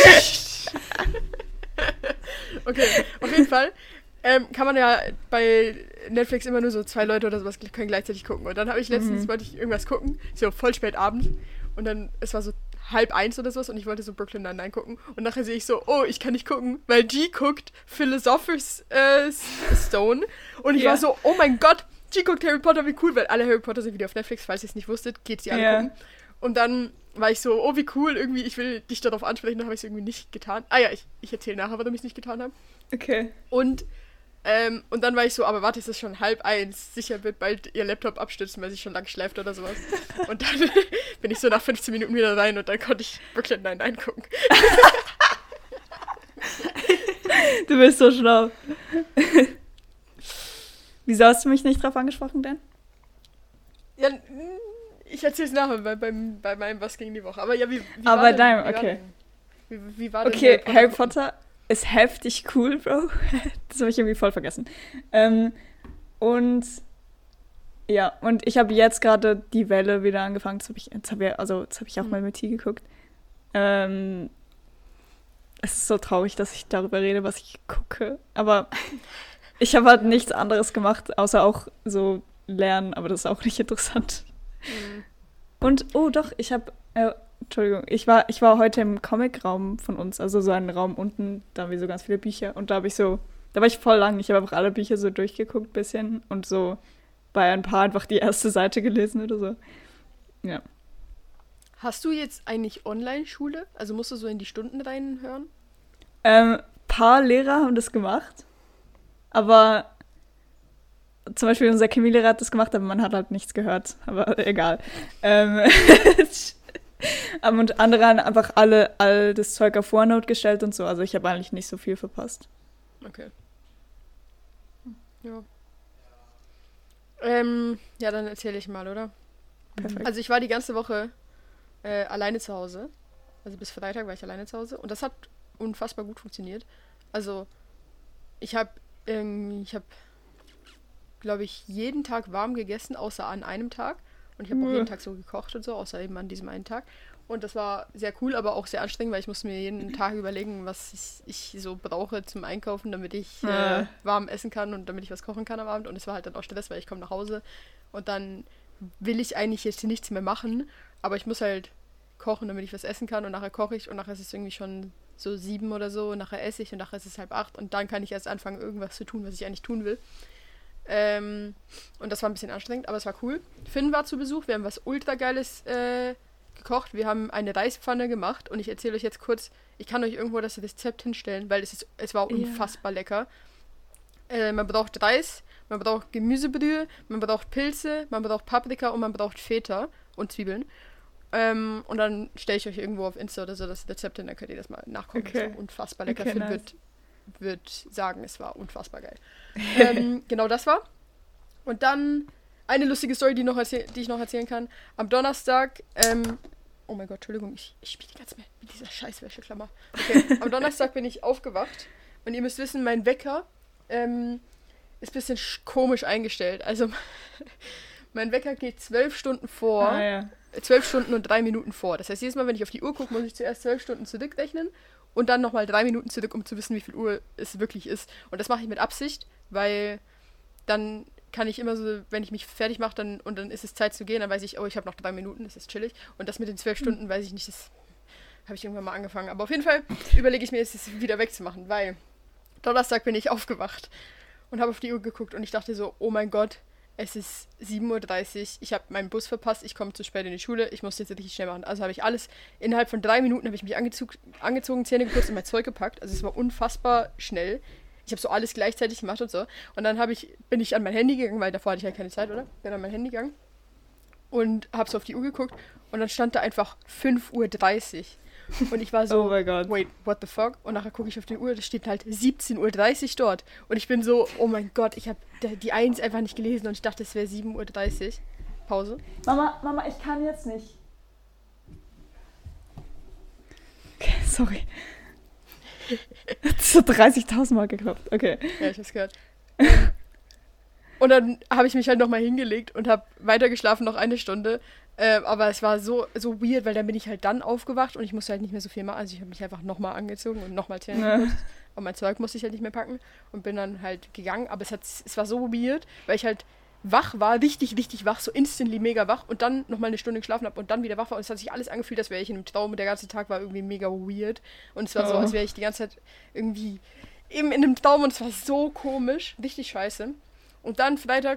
Speaker 2: Okay, auf jeden Fall kann man ja bei Netflix immer nur so 2 Leute oder sowas können gleichzeitig gucken. Und dann habe ich wollte ich irgendwas gucken, so voll spät abends. Und dann, es war so 12:30 oder sowas und ich wollte so Brooklyn Nine-Nine gucken. Und nachher sehe ich so, ich kann nicht gucken, weil G guckt Philosopher's Stone. Und ich war so, oh mein Gott, G guckt Harry Potter, wie cool, weil alle Harry Potter sind wieder auf Netflix, falls ihr es nicht wusstet, geht sie alle gucken. Und dann war ich so, wie cool, irgendwie, ich will dich darauf ansprechen, dann habe ich es irgendwie nicht getan. Ah ja, ich erzähle nachher, warum ich es nicht getan habe.
Speaker 3: Okay.
Speaker 2: Und Und dann war ich so, aber warte, es ist schon 12:30. Sicher wird bald ihr Laptop abstürzen, weil sie schon lang schläft oder sowas. Und dann bin ich so nach 15 Minuten wieder rein und dann konnte ich Brooklyn Nine-Nine gucken.
Speaker 3: Du bist so schlau. Wieso hast du mich nicht drauf angesprochen, denn?
Speaker 2: Ja, ich erzähl's nachher bei meinem Was ging die Woche. Aber ja, wie
Speaker 3: Aber
Speaker 2: war
Speaker 3: bei deinem, okay.
Speaker 2: Wie war denn
Speaker 3: Okay, Harry Potter ist heftig cool, Bro. Das habe ich irgendwie voll vergessen. Und ja, und ich habe jetzt gerade die Welle wieder angefangen. Jetzt hab ich auch mal mit T geguckt. Es ist so traurig, dass ich darüber rede, was ich gucke. Aber ich habe halt nichts anderes gemacht, außer auch so lernen. Aber das ist auch nicht interessant. Und, oh doch, Entschuldigung, ich war heute im Comic-Raum von uns, also so einen Raum unten, da haben wir so ganz viele Bücher und da war ich voll lang, ich habe einfach alle Bücher so durchgeguckt ein bisschen und so bei ein paar einfach die erste Seite gelesen oder so. Ja.
Speaker 2: Hast du jetzt eigentlich Online-Schule? Also musst du so in die Stunden reinhören?
Speaker 3: Paar Lehrer haben das gemacht, aber zum Beispiel unser Chemielehrer hat das gemacht, aber man hat halt nichts gehört, aber egal. Und andere haben einfach all das Zeug auf OneNote gestellt und so. Also ich habe eigentlich nicht so viel verpasst.
Speaker 2: Okay. Ja. Ja, dann erzähle ich mal, oder?
Speaker 3: Perfekt.
Speaker 2: Also ich war die ganze Woche alleine zu Hause. Also bis Freitag war ich alleine zu Hause. Und das hat unfassbar gut funktioniert. Also ich habe, glaube ich, jeden Tag warm gegessen, außer an einem Tag. Und ich habe auch jeden Tag so gekocht und so, außer eben an diesem einen Tag. Und das war sehr cool, aber auch sehr anstrengend, weil ich musste mir jeden Tag überlegen, was ich so brauche zum Einkaufen, damit ich warm essen kann und damit ich was kochen kann am Abend. Und es war halt dann auch Stress, weil ich komme nach Hause und dann will ich eigentlich jetzt nichts mehr machen, aber ich muss halt kochen, damit ich was essen kann. Und nachher koche ich und nachher ist es irgendwie schon so 7 oder so. Und nachher esse ich und nachher ist es 7:30 und dann kann ich erst anfangen, irgendwas zu tun, was ich eigentlich tun will. Und das war ein bisschen anstrengend, aber es war cool. Finn war zu Besuch, wir haben was ultra Geiles gekocht. Wir haben eine Reispfanne gemacht und ich erzähle euch jetzt kurz, ich kann euch irgendwo das Rezept hinstellen, weil es war unfassbar lecker. Man braucht Reis, man braucht Gemüsebrühe, man braucht Pilze, man braucht Paprika und man braucht Feta und Zwiebeln. Und dann stelle ich euch irgendwo auf Insta oder so das Rezept hin, dann könnt ihr das mal nachgucken. Okay. Das war unfassbar lecker. Finn wird sagen, es war unfassbar geil. Genau, das war. Und dann eine lustige Story, die ich noch erzählen kann. Am Donnerstag, oh mein Gott, Entschuldigung, ich spiele die ganze Zeit mit dieser Scheißwäscheklammer. Okay, am Donnerstag bin ich aufgewacht und ihr müsst wissen, mein Wecker ist ein bisschen komisch eingestellt. Also, mein Wecker geht 12 Stunden vor. 12 Stunden und 3 Minuten vor. Das heißt, jedes Mal, wenn ich auf die Uhr gucke, muss ich zuerst 12 Stunden zurückrechnen und dann nochmal 3 Minuten zurück, um zu wissen, wie viel Uhr es wirklich ist. Und das mache ich mit Absicht, weil dann kann ich immer so, wenn ich mich fertig mache und dann ist es Zeit zu gehen, dann weiß ich, oh, ich habe noch 3 Minuten, das ist chillig. Und das mit den 12 Stunden, weiß ich nicht, das habe ich irgendwann mal angefangen. Aber auf jeden Fall überlege ich mir jetzt, es wieder wegzumachen, weil Donnerstag bin ich aufgewacht und habe auf die Uhr geguckt und ich dachte so, oh mein Gott, es ist 7:30 Uhr, ich habe meinen Bus verpasst, ich komme zu spät in die Schule, ich muss jetzt richtig schnell machen. Also habe ich alles, innerhalb von 3 Minuten habe ich mich angezogen, Zähne geputzt und mein Zeug gepackt. Also es war unfassbar schnell. Ich habe so alles gleichzeitig gemacht und so. Und dann bin ich an mein Handy gegangen, weil davor hatte ich halt keine Zeit, oder? Bin an mein Handy gegangen und habe so auf die Uhr geguckt und dann stand da einfach 5:30 Uhr. Und ich war so,
Speaker 3: oh mein Gott.
Speaker 2: Wait, what the fuck? Und nachher gucke ich auf die Uhr, da steht halt 17:30 Uhr dort. Und ich bin so, oh mein Gott, ich habe die 1 einfach nicht gelesen und ich dachte, es wäre 7:30 Uhr. Pause.
Speaker 3: Mama, ich kann jetzt nicht. Okay, sorry. So 30.000 Mal geklopft, okay.
Speaker 2: Ja, ich hab's gehört. Und dann habe ich mich halt nochmal hingelegt und habe weitergeschlafen, noch 1 Stunde. Aber es war so weird, weil dann bin ich halt dann aufgewacht und ich musste halt nicht mehr so viel machen. Also ich habe mich einfach nochmal angezogen und nochmal Zähne geputzt. Und mein Zeug musste ich halt nicht mehr packen und bin dann halt gegangen. Aber es war so weird, weil ich halt wach war, richtig, richtig wach, so instantly mega wach und dann nochmal 1 Stunde geschlafen habe und dann wieder wach war. Und es hat sich alles angefühlt, als wäre ich in einem Traum und der ganze Tag war irgendwie mega weird. Und es war so, als wäre ich die ganze Zeit irgendwie eben in einem Traum und es war so komisch, richtig scheiße. Und dann Freitag,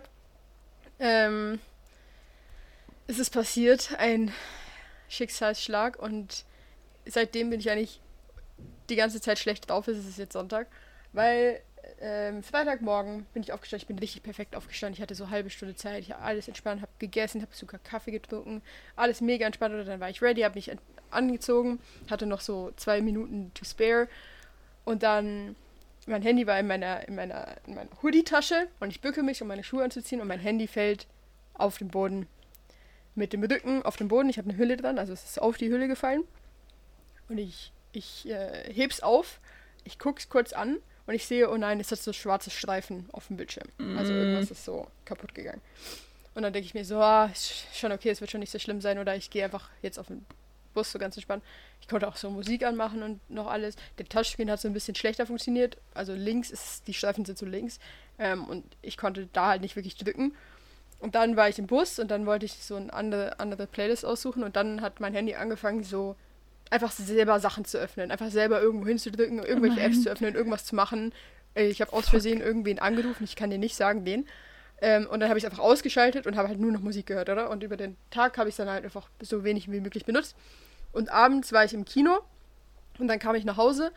Speaker 2: ist es passiert, ein Schicksalsschlag und seitdem bin ich eigentlich die ganze Zeit schlecht drauf, es ist jetzt Sonntag, weil Freitagmorgen bin ich aufgestanden. Ich bin richtig perfekt aufgestanden. Ich hatte so eine halbe Stunde Zeit. Ich habe alles entspannt, habe gegessen, habe sogar Kaffee getrunken. Alles mega entspannt. Und dann war ich ready, habe mich angezogen. Hatte noch so 2 Minuten to spare. Und dann, mein Handy war in meiner Hoodie-Tasche. Und ich bücke mich, um meine Schuhe anzuziehen. Und mein Handy fällt auf den Boden. Mit dem Rücken auf den Boden. Ich habe eine Hülle dran, also es ist auf die Hülle gefallen. Und ich heb's auf. Ich guck's kurz an. Und ich sehe, oh nein, es hat so schwarze Streifen auf dem Bildschirm. Also irgendwas ist so kaputt gegangen. Und dann denke ich mir so, ist schon okay, es wird schon nicht so schlimm sein. Oder ich gehe einfach jetzt auf den Bus so ganz entspannt. Ich konnte auch so Musik anmachen und noch alles. Der Touchscreen hat so ein bisschen schlechter funktioniert. Also die Streifen sind so links. Und ich konnte da halt nicht wirklich drücken. Und dann war ich im Bus und dann wollte ich so eine andere Playlist aussuchen. Und dann hat mein Handy angefangen, so einfach selber Sachen zu öffnen, einfach selber irgendwo hinzudrücken, irgendwelche Apps zu öffnen, irgendwas zu machen. Ich habe aus Versehen irgendwen angerufen, ich kann dir nicht sagen, wen. Und dann habe ich es einfach ausgeschaltet und habe halt nur noch Musik gehört, oder? Und über den Tag habe ich es dann halt einfach so wenig wie möglich benutzt. Und abends war ich im Kino und dann kam ich nach Hause.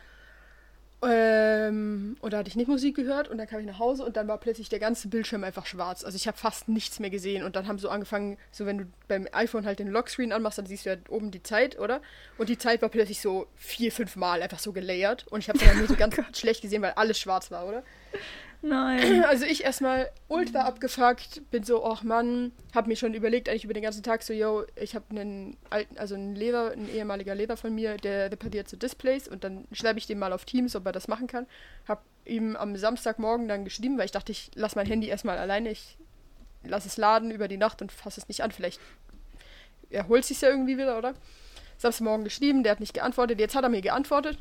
Speaker 2: Oder hatte ich nicht Musik gehört und dann kam ich nach Hause und dann war plötzlich der ganze Bildschirm einfach schwarz. Also ich habe fast nichts mehr gesehen und dann haben so angefangen, so wenn du beim iPhone halt den Lockscreen anmachst, dann siehst du ja oben die Zeit, oder? Und die Zeit war plötzlich so 4-5 Mal einfach so gelayert und ich habe dann nur so ganz schlecht gesehen, weil alles schwarz war, oder?
Speaker 3: Nein.
Speaker 2: Also ich erstmal ultra abgefuckt, bin so, ach Mann, hab mir schon überlegt, eigentlich über den ganzen Tag so, ich habe einen alten, also ein ehemaliger Lehrer von mir, der repariert so Displays und dann schreibe ich dem mal auf Teams, ob er das machen kann. Hab ihm am Samstagmorgen dann geschrieben, weil ich dachte, ich lasse mein Handy erstmal alleine, ich lasse es laden über die Nacht und fasse es nicht an, vielleicht erholt sich's ja irgendwie wieder, oder? Samstagmorgen geschrieben, der hat nicht geantwortet, jetzt hat er mir geantwortet.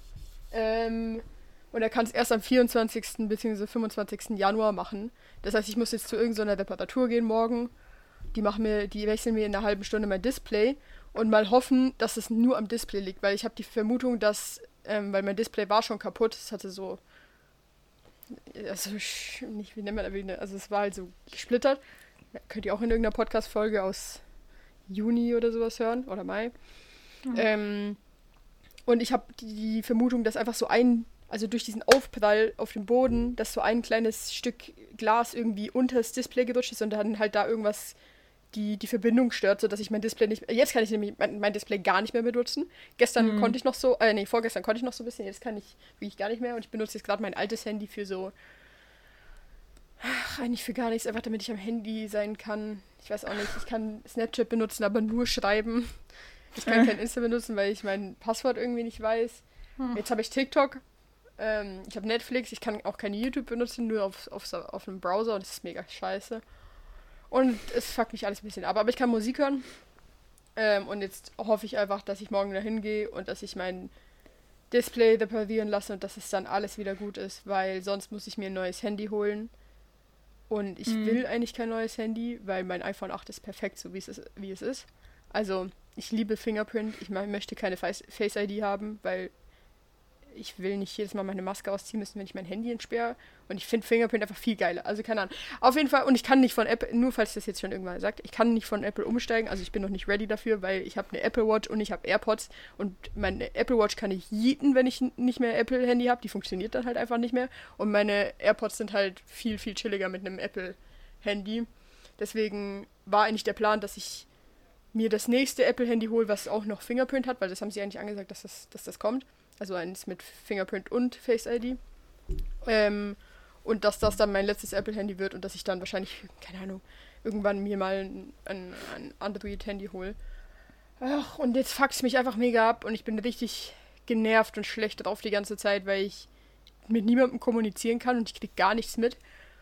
Speaker 2: Und er kann es erst am 24. bzw. 25. Januar machen. Das heißt, ich muss jetzt zu irgendeiner Reparatur gehen morgen. Die wechseln mir in einer halben Stunde mein Display und mal hoffen, dass es nur am Display liegt, weil ich habe die Vermutung, dass, weil mein Display war schon kaputt, es hatte so, also nicht, wie nennt man das, also es war halt so gesplittert. Könnt ihr auch in irgendeiner Podcast-Folge aus Juni oder sowas hören, oder Mai. Und ich habe die Vermutung, dass einfach so also durch diesen Aufprall auf dem Boden, dass so ein kleines Stück Glas irgendwie unter das Display gerutscht ist und dann halt da irgendwas die Verbindung stört, sodass ich mein Display nicht mehr, jetzt kann ich nämlich mein Display gar nicht mehr benutzen. Gestern konnte ich noch so, vorgestern konnte ich noch so ein bisschen, jetzt kann ich wirklich gar nicht mehr und ich benutze jetzt gerade mein altes Handy für so, eigentlich für gar nichts, einfach damit ich am Handy sein kann. Ich weiß auch nicht, ich kann Snapchat benutzen, aber nur schreiben. Ich kann kein Insta benutzen, weil ich mein Passwort irgendwie nicht weiß. Jetzt habe ich TikTok. Ich habe Netflix, ich kann auch kein YouTube benutzen, nur auf einem Browser und das ist mega scheiße. Und es fuckt mich alles ein bisschen ab, aber ich kann Musik hören. Und jetzt hoffe ich einfach, dass ich morgen dahin gehe und dass ich mein Display reparieren lasse und dass es dann alles wieder gut ist, weil sonst muss ich mir ein neues Handy holen. Und ich will eigentlich kein neues Handy, weil mein iPhone 8 ist perfekt, so wie es ist. Also, ich liebe Fingerprint, ich möchte keine Face-ID haben, weil ich will nicht jedes Mal meine Maske ausziehen müssen, wenn ich mein Handy entsperre. Und ich finde Fingerprint einfach viel geiler. Also keine Ahnung. Auf jeden Fall, und ich kann nicht von Apple, nur falls ich das jetzt schon irgendwann sagt, ich kann nicht von Apple umsteigen. Also ich bin noch nicht ready dafür, weil ich habe eine Apple Watch und ich habe AirPods. Und meine Apple Watch kann ich yeeten, wenn ich nicht mehr Apple-Handy habe. Die funktioniert dann halt einfach nicht mehr. Und meine AirPods sind halt viel, viel chilliger mit einem Apple-Handy. Deswegen war eigentlich der Plan, dass ich mir das nächste Apple-Handy hole, was auch noch Fingerprint hat, weil das haben sie eigentlich angesagt, dass das kommt. Also eins mit Fingerprint und Face ID. Und dass das dann mein letztes Apple-Handy wird und dass ich dann wahrscheinlich, keine Ahnung, irgendwann mir mal ein Android-Handy hole. Ach, und jetzt fuckt es mich einfach mega ab und ich bin richtig genervt und schlecht drauf die ganze Zeit, weil ich mit niemandem kommunizieren kann und ich krieg gar nichts mit.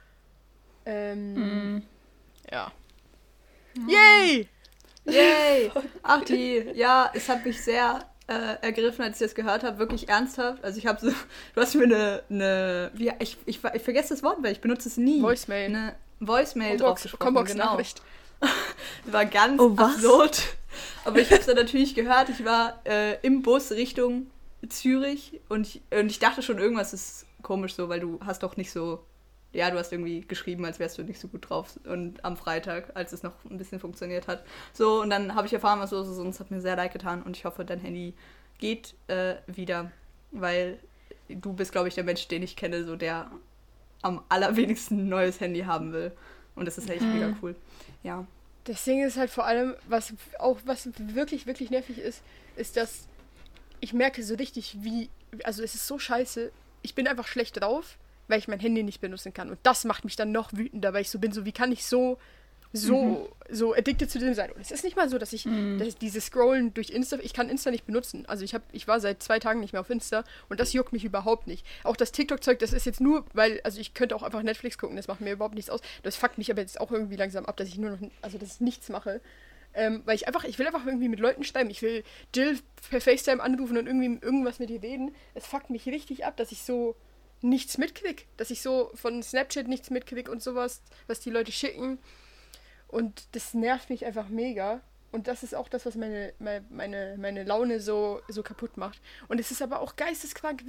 Speaker 2: Ja. Yay!
Speaker 1: Yay! Ach ja, es hat mich sehr ergriffen, als ich das gehört habe, wirklich ernsthaft. Also ich habe so, du hast mir ich vergesse das Wort, weil ich benutze es nie.
Speaker 2: Voicemail.
Speaker 1: Eine Voicemail drauf gesprochen, genau. Das war ganz absurd. Aber ich habe es dann natürlich gehört. Ich war im Bus Richtung Zürich und ich dachte schon, irgendwas ist komisch so, weil du hast doch nicht so, ja, du hast irgendwie geschrieben, als wärst du nicht so gut drauf und am Freitag, als es noch ein bisschen funktioniert hat. So, und dann habe ich erfahren, was los ist und es hat mir sehr leid getan und ich hoffe, dein Handy geht wieder, weil du bist, glaube ich, der Mensch, den ich kenne, so der am allerwenigsten ein neues Handy haben will. Und das ist echt mega cool. Ja.
Speaker 2: Das Ding ist halt vor allem, was wirklich, wirklich nervig ist, dass ich merke so richtig, also es ist so scheiße, ich bin einfach schlecht drauf, weil ich mein Handy nicht benutzen kann. Und das macht mich dann noch wütender, weil ich so bin, so wie kann ich so addicted zu dem sein. Und es ist nicht mal so, dass dass dieses Scrollen durch Insta, ich kann Insta nicht benutzen. Also ich war seit 2 Tagen nicht mehr auf Insta und das juckt mich überhaupt nicht. Auch das TikTok-Zeug, das ist jetzt nur, weil, also ich könnte auch einfach Netflix gucken, das macht mir überhaupt nichts aus. Das fuckt mich aber jetzt auch irgendwie langsam ab, dass ich dass ich nichts mache. Weil ich will einfach irgendwie mit Leuten schreiben. Ich will Jill per FaceTime anrufen und irgendwie irgendwas mit ihr reden. Es fuckt mich richtig ab, dass ich so nichts mitkrieg. Dass ich so von Snapchat nichts mitkrieg und sowas, was die Leute schicken. Und das nervt mich einfach mega. Und das ist auch das, was meine Laune so kaputt macht. Und es ist aber auch geisteskrank,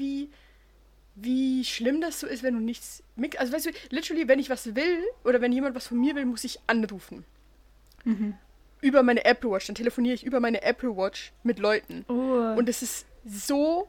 Speaker 2: wie schlimm das so ist, wenn du nichts mit... Also weißt du, literally, wenn ich was will oder wenn jemand was von mir will, muss ich anrufen. Über meine Apple Watch. Dann telefoniere ich über meine Apple Watch mit Leuten. Und es ist so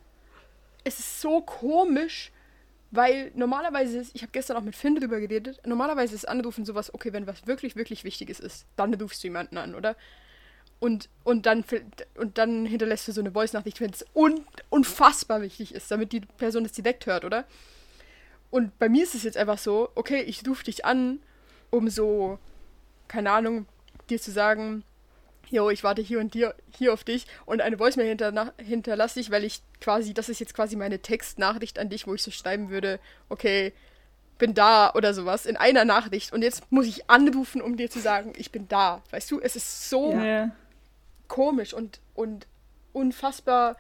Speaker 2: komisch, weil normalerweise ich habe gestern auch mit Finn drüber geredet, normalerweise ist Anrufen sowas, okay, wenn was wirklich, wirklich Wichtiges ist, dann rufst du jemanden an, oder? Und dann hinterlässt du so eine Voice-Nachricht, wenn es unfassbar wichtig ist, damit die Person es direkt hört, oder? Und bei mir ist es jetzt einfach so, okay, ich rufe dich an, um so, keine Ahnung, dir zu sagen, jo, ich warte hier und hier auf dich und eine Voicemail hinterlasse ich, weil ich quasi, das ist jetzt quasi meine Textnachricht an dich, wo ich so schreiben würde, okay, bin da oder sowas, in einer Nachricht und jetzt muss ich anrufen, um dir zu sagen, ich bin da. Weißt du, es ist so komisch und unfassbar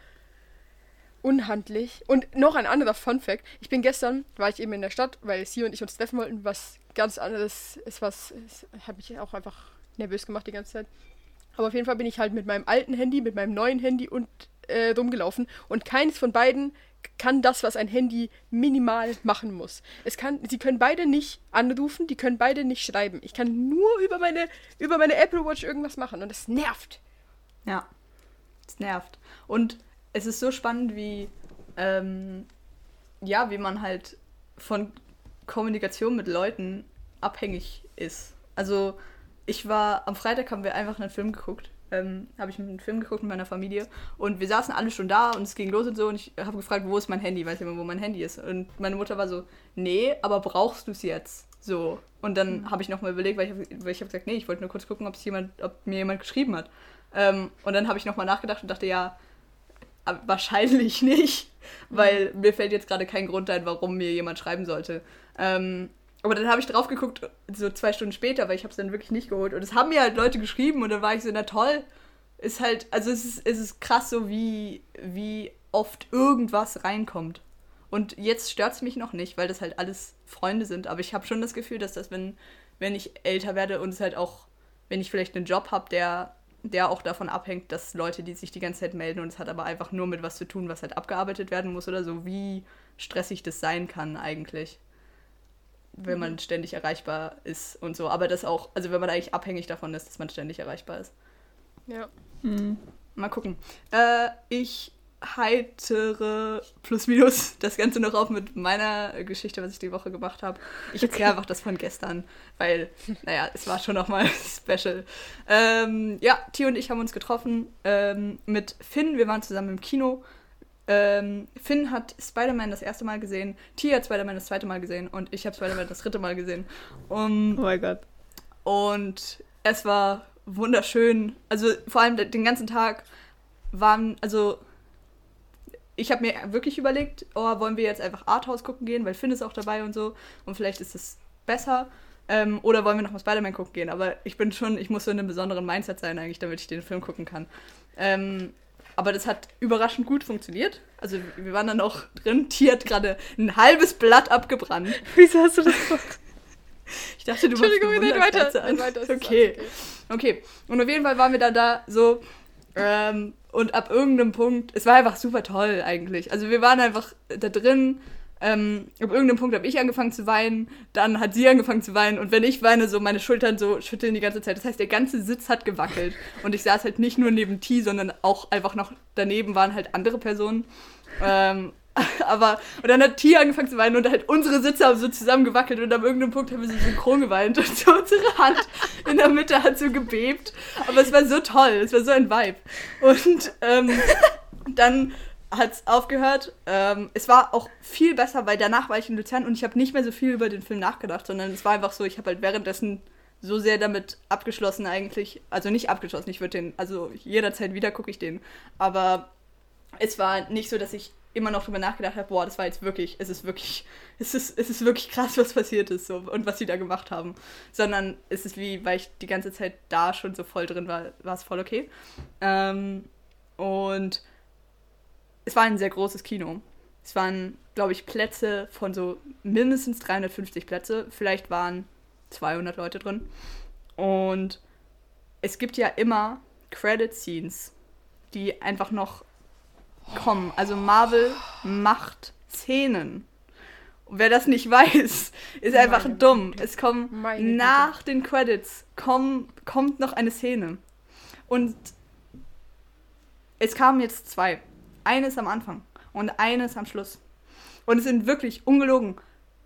Speaker 2: unhandlich. Und noch ein anderer Fun-Fact, war ich eben in der Stadt, weil Sie und ich uns treffen wollten, was ganz anderes ist, hat mich auch einfach nervös gemacht die ganze Zeit. Aber auf jeden Fall bin ich halt mit meinem alten Handy, mit meinem neuen Handy und rumgelaufen. Und keines von beiden kann das, was ein Handy minimal machen muss. Sie können beide nicht anrufen, die können beide nicht schreiben. Ich kann nur über meine Apple Watch irgendwas machen und das nervt.
Speaker 1: Ja, es nervt. Und es ist so spannend, wie man halt von Kommunikation mit Leuten abhängig ist. Also am Freitag haben wir einfach einen Film geguckt. Habe ich einen Film geguckt mit meiner Familie und wir saßen alle schon da und es ging los und so und ich habe gefragt, wo ist mein Handy? Weiß jemand, wo mein Handy ist? Und meine Mutter war so, nee, aber brauchst du es jetzt? So. Und dann habe ich nochmal überlegt, weil ich habe gesagt, nee, ich wollte nur kurz gucken, ob mir jemand geschrieben hat. Und dann habe ich nochmal nachgedacht und dachte, ja, wahrscheinlich nicht, weil mir fällt jetzt gerade kein Grund ein, warum mir jemand schreiben sollte. Aber dann habe ich drauf geguckt, so 2 Stunden später, weil ich habe es dann wirklich nicht geholt. Und es haben mir halt Leute geschrieben und dann war ich so, na toll. Ist halt, also es ist krass so, wie oft irgendwas reinkommt. Und jetzt stört es mich noch nicht, weil das halt alles Freunde sind. Aber ich habe schon das Gefühl, dass das, wenn ich älter werde und es halt auch, wenn ich vielleicht einen Job habe, der auch davon abhängt, dass Leute, die sich die ganze Zeit melden und es hat aber einfach nur mit was zu tun, was halt abgearbeitet werden muss oder so, wie stressig das sein kann eigentlich. Wenn man ständig erreichbar ist und so. Aber das auch, also wenn man eigentlich abhängig davon ist, dass man ständig erreichbar ist.
Speaker 2: Ja.
Speaker 1: Mal gucken. Ich heitere plus minus das Ganze noch auf mit meiner Geschichte, was ich die Woche gemacht habe. Ich erzähle einfach das von gestern, weil, naja, es war schon nochmal special. Tio und ich haben uns getroffen mit Finn. Wir waren zusammen im Kino. Finn hat Spider-Man das erste Mal gesehen, Tia hat Spider-Man das zweite Mal gesehen und ich habe Spider-Man das dritte Mal gesehen.
Speaker 3: Oh mein Gott.
Speaker 1: Und es war wunderschön. Also vor allem den ganzen Tag ich habe mir wirklich überlegt, wollen wir jetzt einfach Arthouse gucken gehen, weil Finn ist auch dabei und so und vielleicht ist es besser. Oder wollen wir noch mal Spider-Man gucken gehen? Aber ich muss so in einem besonderen Mindset sein eigentlich, damit ich den Film gucken kann. Aber das hat überraschend gut funktioniert. Also wir waren dann auch drin. Tia hat gerade ein halbes Blatt abgebrannt.
Speaker 3: Wieso hast du das gemacht?
Speaker 1: Ich dachte, du machst eine Wunderkerze an. Okay. Und auf jeden Fall waren wir dann da so und ab irgendeinem Punkt, es war einfach super toll eigentlich. Also wir waren einfach da drin. Ab irgendeinem Punkt habe ich angefangen zu weinen, dann hat sie angefangen zu weinen und wenn ich weine, so meine Schultern so schütteln die ganze Zeit. Das heißt, der ganze Sitz hat gewackelt und ich saß halt nicht nur neben T, sondern auch einfach noch daneben waren halt andere Personen. Und dann hat Tia angefangen zu weinen und halt unsere Sitze haben so zusammengewackelt und an irgendeinem Punkt haben wir so synchron geweint und so unsere Hand in der Mitte hat so gebebt. Aber es war so toll, es war so ein Vibe. Und dann hat es aufgehört. Es war auch viel besser, weil danach war ich in Luzern und ich habe nicht mehr so viel über den Film nachgedacht, sondern es war einfach so, ich habe halt währenddessen so sehr damit abgeschlossen eigentlich. Also nicht abgeschlossen, ich würde den, also jederzeit wieder gucke ich den. Aber es war nicht so, dass ich immer noch drüber nachgedacht habe, boah, das war jetzt wirklich, es ist wirklich krass, was passiert ist so, und was sie da gemacht haben. Sondern es ist wie, weil ich die ganze Zeit da schon so voll drin war, war es voll okay. Und es war ein sehr großes Kino. Es waren, glaube ich, Plätze von so mindestens 350 Plätze. Vielleicht waren 200 Leute drin. Und es gibt ja immer Credit-Scenes, die einfach noch kommen. Also Marvel macht Szenen. Und wer das nicht weiß, ist einfach dumm. Es kommen nach den Credits kommt noch eine Szene. Und es kamen jetzt 2. Eines am Anfang und eines am Schluss. Und es sind wirklich ungelogen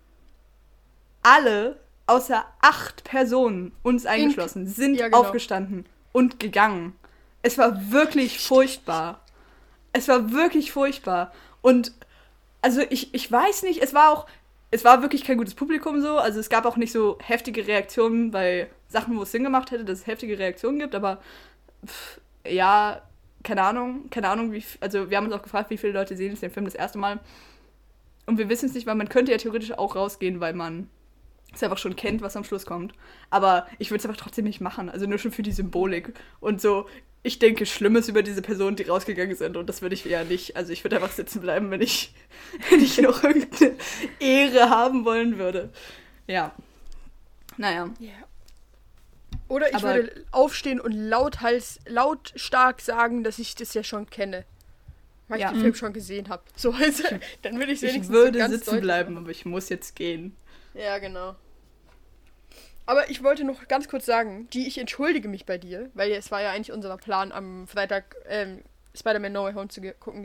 Speaker 1: alle außer 8 Personen, uns eingeschlossen, sind aufgestanden und gegangen. Es war wirklich furchtbar. Es war wirklich furchtbar. Und also ich weiß nicht, es war wirklich kein gutes Publikum so. Also es gab auch nicht so heftige Reaktionen bei Sachen, wo es Sinn gemacht hätte, dass es heftige Reaktionen gibt. Aber ja, keine Ahnung, also wir haben uns auch gefragt, wie viele Leute sehen jetzt den Film das erste Mal. Und wir wissen es nicht, weil man könnte ja theoretisch auch rausgehen, weil man es einfach schon kennt, was am Schluss kommt. Aber ich würde es einfach trotzdem nicht machen. Also nur schon für die Symbolik. Und so, ich denke Schlimmes über diese Personen, die rausgegangen sind. Und das würde ich ja nicht. Also ich würde einfach sitzen bleiben, wenn ich noch irgendeine Ehre haben wollen würde. Ja. Naja.
Speaker 2: Yeah. Oder ich würde aufstehen und lautstark sagen, dass ich das ja schon kenne. Weil ich den Film schon gesehen habe. So, also, dann würde ich wenigstens
Speaker 1: Ich würde
Speaker 2: so ganz
Speaker 1: sitzen bleiben, aber ich muss jetzt gehen.
Speaker 2: Ja, genau. Aber ich wollte noch ganz kurz sagen, ich entschuldige mich bei dir, weil es war ja eigentlich unser Plan, am Freitag Spider-Man No Way Home zu gucken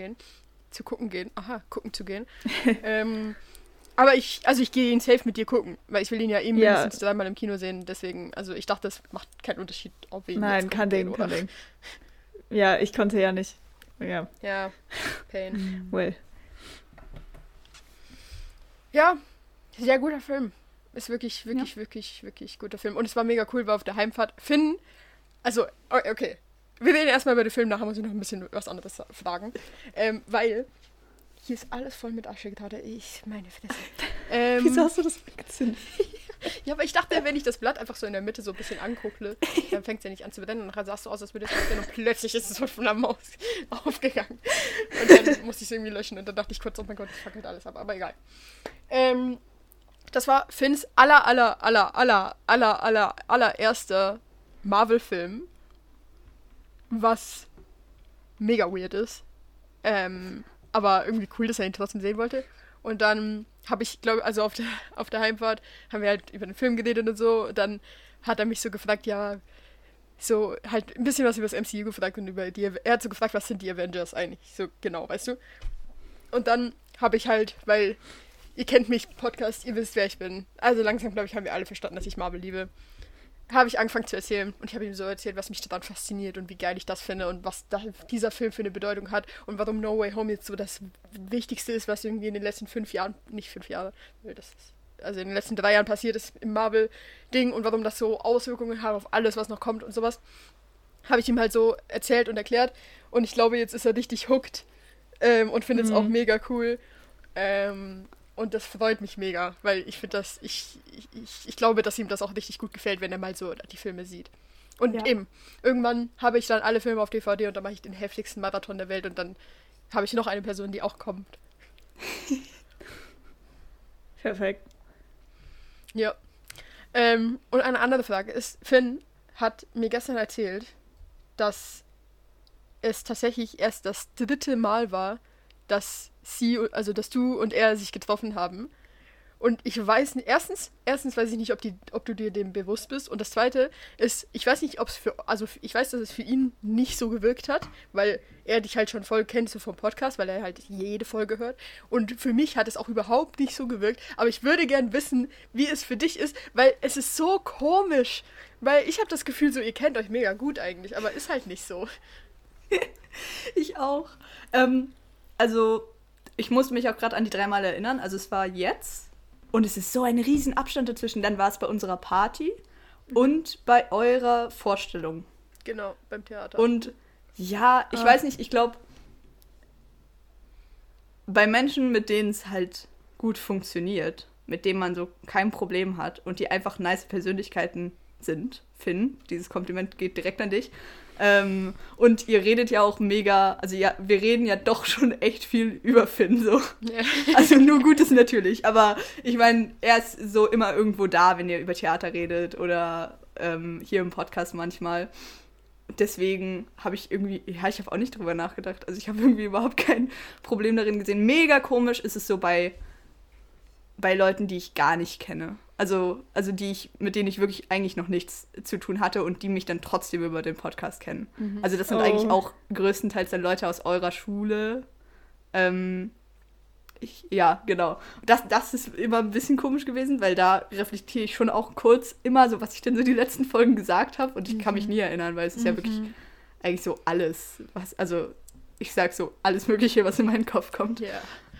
Speaker 2: zu gehen. Aber ich gehe ihn safe mit dir gucken, weil ich will ihn ja eben mindestens 3-mal im Kino sehen, deswegen, also ich dachte, das macht keinen Unterschied, ob wir ihn
Speaker 3: Nein, kann Ding. Ja, ich konnte ja nicht. Ja.
Speaker 2: Ja, Pain.
Speaker 3: Well.
Speaker 2: Ja, sehr guter Film. Ist wirklich guter Film. Und es war mega cool, war auf der Heimfahrt. Finn, also, okay. Wir reden erstmal über den Film, nachher muss ich noch ein bisschen was anderes fragen. Weil hier ist alles voll mit Asche getan. Meine Fresse.
Speaker 3: Wieso hast du das angezündet?
Speaker 2: Ja, aber ich dachte, wenn ich das Blatt einfach so in der Mitte so ein bisschen anguckle, dann fängt es ja nicht an zu brennen. Und nachher sahst du aus, als würde es brennen. Und plötzlich ist es so von der Maus aufgegangen. Und dann musste ich es irgendwie löschen. Und dann dachte ich kurz, oh mein Gott, das fackelt alles ab. Aber egal. Das war Finns allererster Marvel-Film. Was mega weird ist. Aber irgendwie cool, dass er ihn trotzdem sehen wollte. Und dann habe ich, glaube ich, also auf der Heimfahrt haben wir halt über den Film geredet und so. Und dann hat er mich so gefragt, ja, so halt ein bisschen was über das MCU gefragt und er hat so gefragt, was sind die Avengers eigentlich? So genau, weißt du? Und dann habe ich halt, weil ihr kennt mich, Podcast, ihr wisst, wer ich bin. Also langsam, glaube ich, haben wir alle verstanden, dass ich Marvel liebe. Habe ich angefangen zu erzählen und ich habe ihm so erzählt, was mich daran fasziniert und wie geil ich das finde und was dieser Film für eine Bedeutung hat und warum No Way Home jetzt so das Wichtigste ist, was irgendwie in den letzten 5 Jahren, nicht 5 Jahre, also in den letzten 3 Jahren passiert ist im Marvel-Ding und warum das so Auswirkungen hat auf alles, was noch kommt und sowas. Habe ich ihm halt so erzählt und erklärt und ich glaube, jetzt ist er richtig hooked und findet es auch mega cool. Und das freut mich mega, weil ich finde das, ich glaube, dass ihm das auch richtig gut gefällt, wenn er mal so die Filme sieht. Und eben, irgendwann habe ich dann alle Filme auf DVD und dann mache ich den heftigsten Marathon der Welt und dann habe ich noch eine Person, die auch kommt.
Speaker 3: Perfekt.
Speaker 2: Ja. Und eine andere Frage ist, Finn hat mir gestern erzählt, dass es tatsächlich erst das 3. Mal war, dass du und er sich getroffen haben. Und ich weiß nicht, erstens weiß ich nicht, ob du dir dem bewusst bist. Und das Zweite ist, ich weiß nicht, ob es ich weiß, dass es für ihn nicht so gewirkt hat, weil er dich halt schon voll kennt, so vom Podcast, weil er halt jede Folge hört. Und für mich hat es auch überhaupt nicht so gewirkt. Aber ich würde gern wissen, wie es für dich ist, weil es ist so komisch. Weil ich habe das Gefühl, so, ihr kennt euch mega gut eigentlich, aber ist halt nicht so.
Speaker 1: Ich auch. Also, ich muss mich auch gerade an die 3 Mal erinnern. Also, es war jetzt und es ist so ein riesen Abstand dazwischen. Dann war es bei unserer Party und bei eurer Vorstellung.
Speaker 2: Genau, beim Theater.
Speaker 1: Und ja, ich weiß nicht, ich glaube, bei Menschen, mit denen es halt gut funktioniert, mit denen man so kein Problem hat und die einfach nice Persönlichkeiten sind, Finn, dieses Kompliment geht direkt an dich. Und ihr redet ja auch mega, also ja, wir reden ja doch schon echt viel über Finn, so. Ja. Also nur Gutes natürlich, aber ich meine, er ist so immer irgendwo da, wenn ihr über Theater redet oder hier im Podcast manchmal. Deswegen habe ich irgendwie, ja, ich habe auch nicht drüber nachgedacht. Also ich habe irgendwie überhaupt kein Problem darin gesehen. Mega komisch ist es so bei Leuten, die ich gar nicht kenne. Also mit denen ich wirklich eigentlich noch nichts zu tun hatte und die mich dann trotzdem über den Podcast kennen. Mhm. Also das sind eigentlich auch größtenteils dann Leute aus eurer Schule. Ja, genau. Das ist immer ein bisschen komisch gewesen, weil da reflektiere ich schon auch kurz immer so, was ich denn so die letzten Folgen gesagt habe und ich kann mich nie erinnern, weil es ist ja wirklich eigentlich so alles, also ich sag so alles Mögliche, was in meinen Kopf kommt. Ja.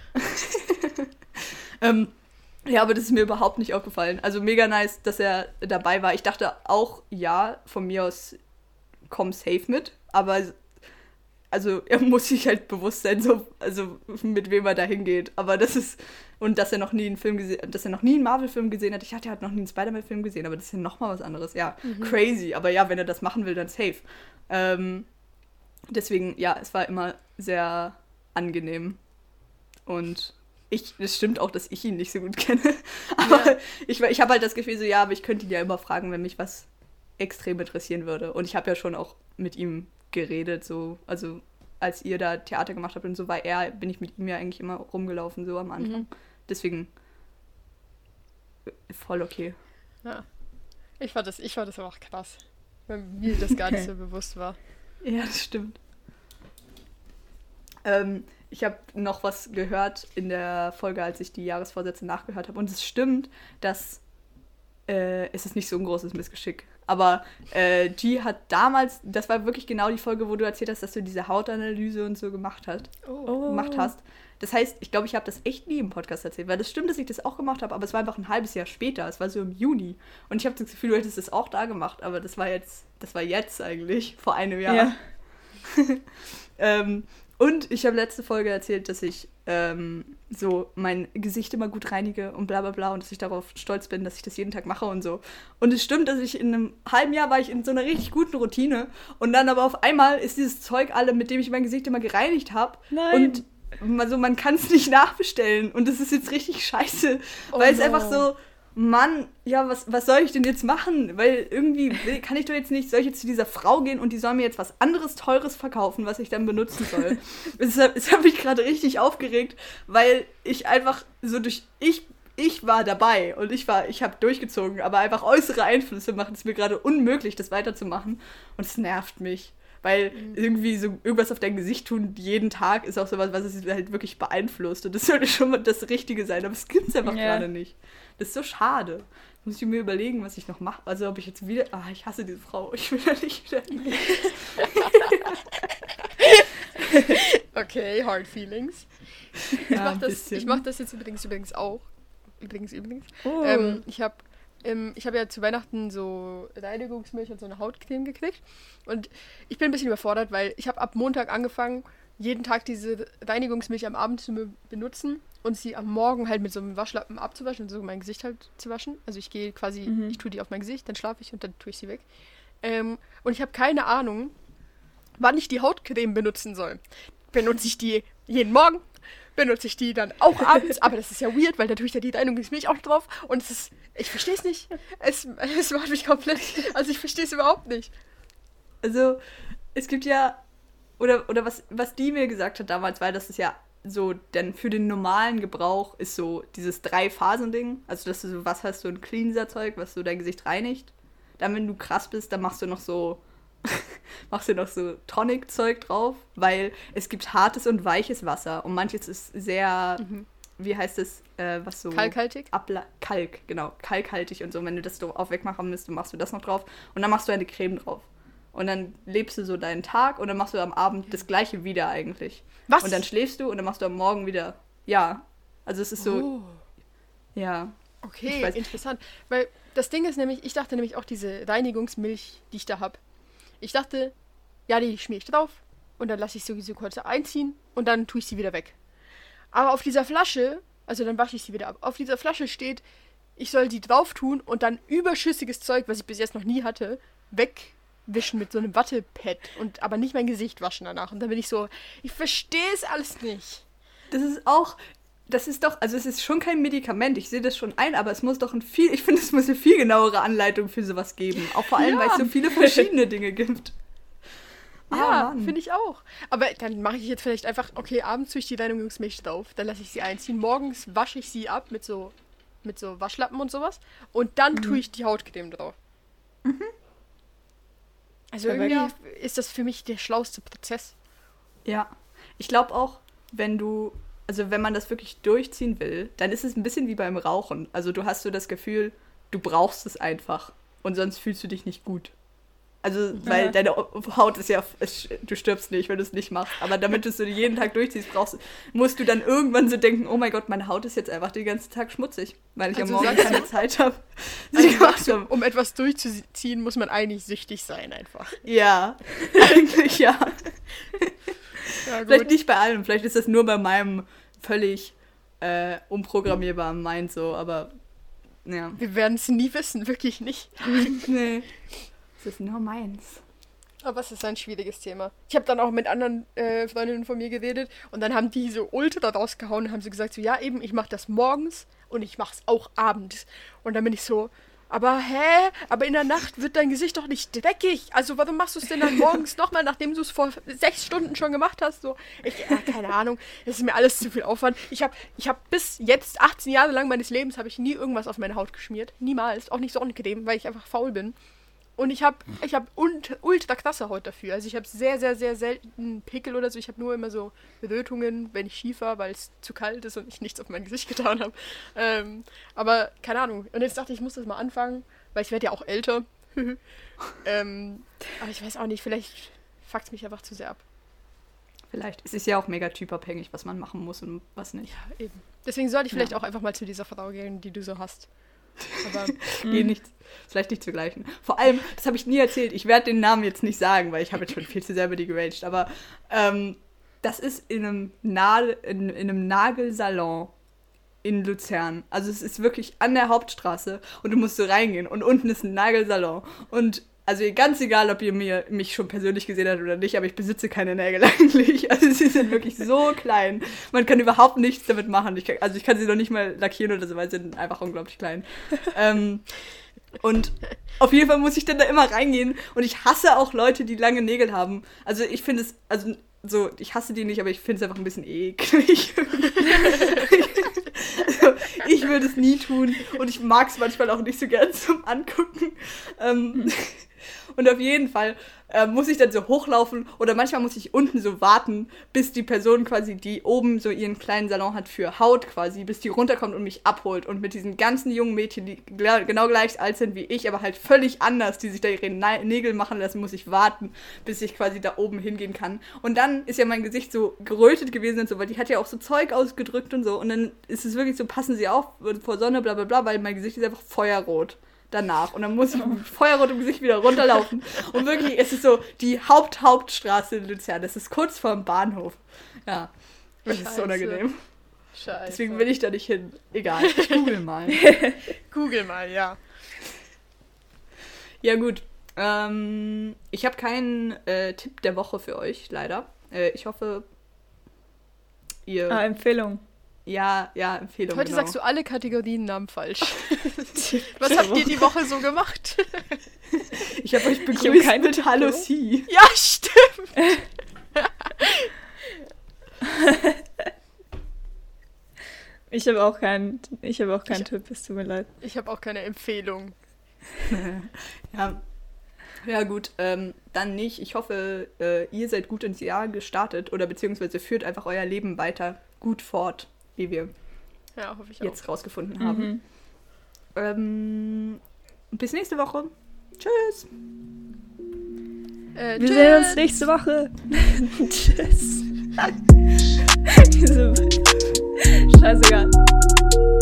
Speaker 1: Ja, aber das ist mir überhaupt nicht aufgefallen. Also mega nice, dass er dabei war. Ich dachte auch, ja, von mir aus komm safe mit, aber also er muss sich halt bewusst sein, so, also mit wem er da hingeht. Aber das ist, und dass er noch nie einen Marvel-Film gesehen hat. Ich dachte, er hat noch nie einen Spider-Man-Film gesehen, aber das ist ja nochmal was anderes. Ja, crazy. Aber ja, wenn er das machen will, dann safe. Deswegen, ja, es war immer sehr angenehm. Und es stimmt auch, dass ich ihn nicht so gut kenne. Aber ja. Ich habe halt das Gefühl so, ja, aber ich könnte ihn ja immer fragen, wenn mich was extrem interessieren würde. Und ich habe ja schon auch mit ihm geredet, so, also als ihr da Theater gemacht habt und so bin ich mit ihm ja eigentlich immer rumgelaufen, so am Anfang. Deswegen voll okay.
Speaker 2: Ja. Ich fand das aber auch krass, weil mir das gar nicht so bewusst war.
Speaker 1: Ja, das stimmt. Ich habe noch was gehört in der Folge, als ich die Jahresvorsätze nachgehört habe. Und es stimmt, dass es ist nicht so ein großes Missgeschick. Aber G hat damals, das war wirklich genau die Folge, wo du erzählt hast, dass du diese Hautanalyse und so gemacht hast. Das heißt, ich glaube, ich habe das echt nie im Podcast erzählt, weil das stimmt, dass ich das auch gemacht habe, aber es war einfach ein halbes Jahr später. Es war so im Juni. Und ich habe das Gefühl, du hättest das auch da gemacht, aber das war jetzt eigentlich, vor einem Jahr. Ja. Und ich habe letzte Folge erzählt, dass ich so mein Gesicht immer gut reinige und bla bla bla und dass ich darauf stolz bin, dass ich das jeden Tag mache und so. Und es stimmt, dass ich in einem halben Jahr war ich in so einer richtig guten Routine und dann aber auf einmal ist dieses Zeug alle, mit dem ich mein Gesicht immer gereinigt habe. Und also man kann es nicht nachbestellen und das ist jetzt richtig scheiße, weil es einfach so, Mann, ja, was soll ich denn jetzt machen? Weil irgendwie kann ich doch jetzt nicht, soll ich jetzt zu dieser Frau gehen und die soll mir jetzt was anderes Teures verkaufen, was ich dann benutzen soll? Es hat mich gerade richtig aufgeregt, weil ich einfach so ich war dabei und ich habe durchgezogen, aber einfach äußere Einflüsse machen es mir gerade unmöglich, das weiterzumachen und es nervt mich. Weil irgendwie so irgendwas auf dein Gesicht tun jeden Tag ist auch sowas, was es halt wirklich beeinflusst. Und das sollte schon mal das Richtige sein, aber es gibt es einfach gerade nicht. Das ist so schade. Muss ich mir überlegen, was ich noch mache. Also ob ich jetzt wieder... ich hasse diese Frau. Ich will da nicht wieder...
Speaker 2: Okay, hard feelings. Ich mach das jetzt übrigens auch. Übrigens. Ich habe ja zu Weihnachten so Reinigungsmilch und so eine Hautcreme gekriegt. Und ich bin ein bisschen überfordert, weil ich habe ab Montag angefangen, jeden Tag diese Reinigungsmilch am Abend zu benutzen und sie am Morgen halt mit so einem Waschlappen abzuwaschen und so mein Gesicht halt zu waschen. Also ich gehe quasi, ich tue die auf mein Gesicht, dann schlafe ich und dann tue ich sie weg. Und ich habe keine Ahnung, wann ich die Hautcreme benutzen soll. Benutze ich die jeden Morgen? Benutze ich die dann auch abends? Aber das ist ja weird, weil da tue ich ja die Reinigungsmilch auch drauf und ich verstehe es nicht. Es macht mich komplett, also ich verstehe es überhaupt nicht.
Speaker 1: Also, es gibt ja, oder was die mir gesagt hat damals, war, dass es ja so, denn für den normalen Gebrauch ist so dieses 3-Phasen-Ding, also dass du so was hast, so ein Cleanser-Zeug, was so dein Gesicht reinigt. Dann, wenn du krass bist, dann machst du noch so Tonic-Zeug drauf, weil es gibt hartes und weiches Wasser und manches ist sehr, wie heißt es, was so...
Speaker 2: Kalkhaltig?
Speaker 1: Kalk, genau, kalkhaltig und so. Und wenn du das so auf wegmachen müsst, dann machst du das noch drauf und dann machst du eine Creme drauf. Und dann lebst du so deinen Tag und dann machst du am Abend das Gleiche wieder eigentlich.
Speaker 2: Was?
Speaker 1: Und dann schläfst du und dann machst du am Morgen wieder, ja. Also es ist so,
Speaker 2: Oh.
Speaker 1: ja.
Speaker 2: Okay, interessant. Weil das Ding ist nämlich, ich dachte nämlich auch diese Reinigungsmilch, die ich da habe. Ich dachte, ja, die schmier ich drauf und dann lasse ich sowieso kurz einziehen und dann tue ich sie wieder weg. Aber auf dieser Flasche, also dann wasche ich sie wieder ab, auf dieser Flasche steht, ich soll die drauf tun und dann überschüssiges Zeug, was ich bis jetzt noch nie hatte, wegwischen mit so einem Wattepad und aber nicht mein Gesicht waschen danach. Und dann bin ich so, ich verstehe es alles nicht.
Speaker 1: Das ist doch, also es ist schon kein Medikament, ich sehe das schon ein, aber es muss doch ich finde, es muss eine viel genauere Anleitung für sowas geben. Auch vor allem, weil es so viele verschiedene Dinge gibt.
Speaker 2: Ja, finde ich auch. Aber dann mache ich jetzt vielleicht einfach, okay, abends tue ich die Reinigungsmilch drauf, dann lasse ich sie einziehen, morgens wasche ich sie ab mit so Waschlappen und sowas und dann tue ich die Hautcreme drauf. Also irgendwie ist das für mich der schlauste Prozess.
Speaker 1: Ja, ich glaube auch, wenn man das wirklich durchziehen will, dann ist es ein bisschen wie beim Rauchen. Also du hast so das Gefühl, du brauchst es einfach und sonst fühlst du dich nicht gut. Also, weil deine Haut ist ja, du stirbst nicht, wenn du es nicht machst. Aber damit du es so jeden Tag durchziehst, musst du dann irgendwann so denken, oh mein Gott, meine Haut ist jetzt einfach den ganzen Tag schmutzig, weil ich
Speaker 2: Also
Speaker 1: am Morgen
Speaker 2: sagst
Speaker 1: keine Zeit habe.
Speaker 2: Also, um etwas durchzuziehen, muss man eigentlich süchtig sein einfach.
Speaker 1: Ja, eigentlich ja.
Speaker 2: Ja, gut.
Speaker 1: Vielleicht nicht bei allem, vielleicht ist das nur bei meinem völlig unprogrammierbaren Mind so, aber ja.
Speaker 2: Wir werden es nie wissen, wirklich nicht.
Speaker 1: Nee. Das ist nur meins.
Speaker 2: Aber es ist ein schwieriges Thema. Ich habe dann auch mit anderen Freundinnen von mir geredet und dann haben die so ultra rausgehauen und haben so gesagt, so ja eben, ich mache das morgens und ich mache es auch abends. Und dann bin ich so, aber aber in der Nacht wird dein Gesicht doch nicht dreckig. Also warum machst du es denn dann morgens nochmal, nachdem du es vor 6 Stunden schon gemacht hast? So, keine Ahnung, das ist mir alles zu viel Aufwand. Ich hab bis jetzt 18 Jahre lang meines Lebens habe ich nie irgendwas auf meine Haut geschmiert. Niemals, auch nicht Sonnencreme, weil ich einfach faul bin. Und ich hab ultra krasse Haut dafür. Also ich habe sehr, sehr, sehr selten Pickel oder so. Ich habe nur immer so Rötungen, wenn ich schief war, weil es zu kalt ist und ich nichts auf mein Gesicht getan habe. Aber keine Ahnung. Und jetzt dachte ich, ich muss das mal anfangen, weil ich werde ja auch älter. Aber ich weiß auch nicht, vielleicht fuckt es mich einfach zu sehr ab.
Speaker 1: Vielleicht. Es ist ja auch mega typabhängig, was man machen muss und was nicht.
Speaker 2: Ja, eben. Deswegen sollte ich vielleicht auch einfach mal zu dieser Frau gehen, die du so hast. Aber
Speaker 1: vielleicht nicht zu gleichen. Vor allem, das habe ich nie erzählt, ich werde den Namen jetzt nicht sagen, weil ich habe jetzt schon viel zu sehr über die geraged, aber das ist in einem Nagelsalon in Luzern. Also es ist wirklich an der Hauptstraße und du musst so reingehen und unten ist ein Nagelsalon und also ganz egal, ob ihr mich schon persönlich gesehen habt oder nicht, aber ich besitze keine Nägel eigentlich. Also sie sind wirklich so klein. Man kann überhaupt nichts damit machen. Ich kann sie noch nicht mal lackieren oder so, weil sie sind einfach unglaublich klein. Und auf jeden Fall muss ich dann da immer reingehen. Und ich hasse auch Leute, die lange Nägel haben. Also ich finde es, ich hasse die nicht, aber ich finde es einfach ein bisschen eklig. Also, ich würde es nie tun. Und ich mag es manchmal auch nicht so gern zum Angucken. Und auf jeden Fall muss ich dann so hochlaufen oder manchmal muss ich unten so warten, bis die Person quasi, die oben so ihren kleinen Salon hat für Haut quasi, bis die runterkommt und mich abholt. Und mit diesen ganzen jungen Mädchen, die genau gleich alt sind wie ich, aber halt völlig anders, die sich da ihre Nägel machen lassen, muss ich warten, bis ich quasi da oben hingehen kann. Und dann ist ja mein Gesicht so gerötet gewesen und so, weil die hat ja auch so Zeug ausgedrückt und so. Und dann ist es wirklich so, passen sie auf vor Sonne, bla bla bla, weil mein Gesicht ist einfach feuerrot danach. Und dann muss ich mit Feuerrot im Gesicht wieder runterlaufen. Und wirklich, es ist so die Hauptstraße in Luzern. Das ist kurz vorm Bahnhof. Ja, das ist so unangenehm.
Speaker 2: Scheiße.
Speaker 1: Deswegen will ich da nicht hin. Egal, ich google mal.
Speaker 2: Google mal, ja.
Speaker 1: Ja gut, ich habe keinen Tipp der Woche für euch, leider. Ich hoffe, ihr...
Speaker 3: Empfehlung.
Speaker 1: Ja, Empfehlung.
Speaker 2: Heute sagst du alle Kategoriennamen falsch. Was habt ihr die Woche so gemacht?
Speaker 1: Ich habe euch begrüßt mit Hallo Sie.
Speaker 2: Ja, stimmt.
Speaker 3: Ich habe auch keinen Tipp, es tut mir leid.
Speaker 2: Ich habe auch keine Empfehlung.
Speaker 1: Ja gut, dann nicht. Ich hoffe, ihr seid gut ins Jahr gestartet oder beziehungsweise führt einfach euer Leben weiter gut fort, wie wir
Speaker 2: Hoffe ich
Speaker 1: jetzt rausgefunden haben. Bis nächste Woche. Tschüss.
Speaker 3: Wir sehen uns nächste Woche. Tschüss. Scheißegal.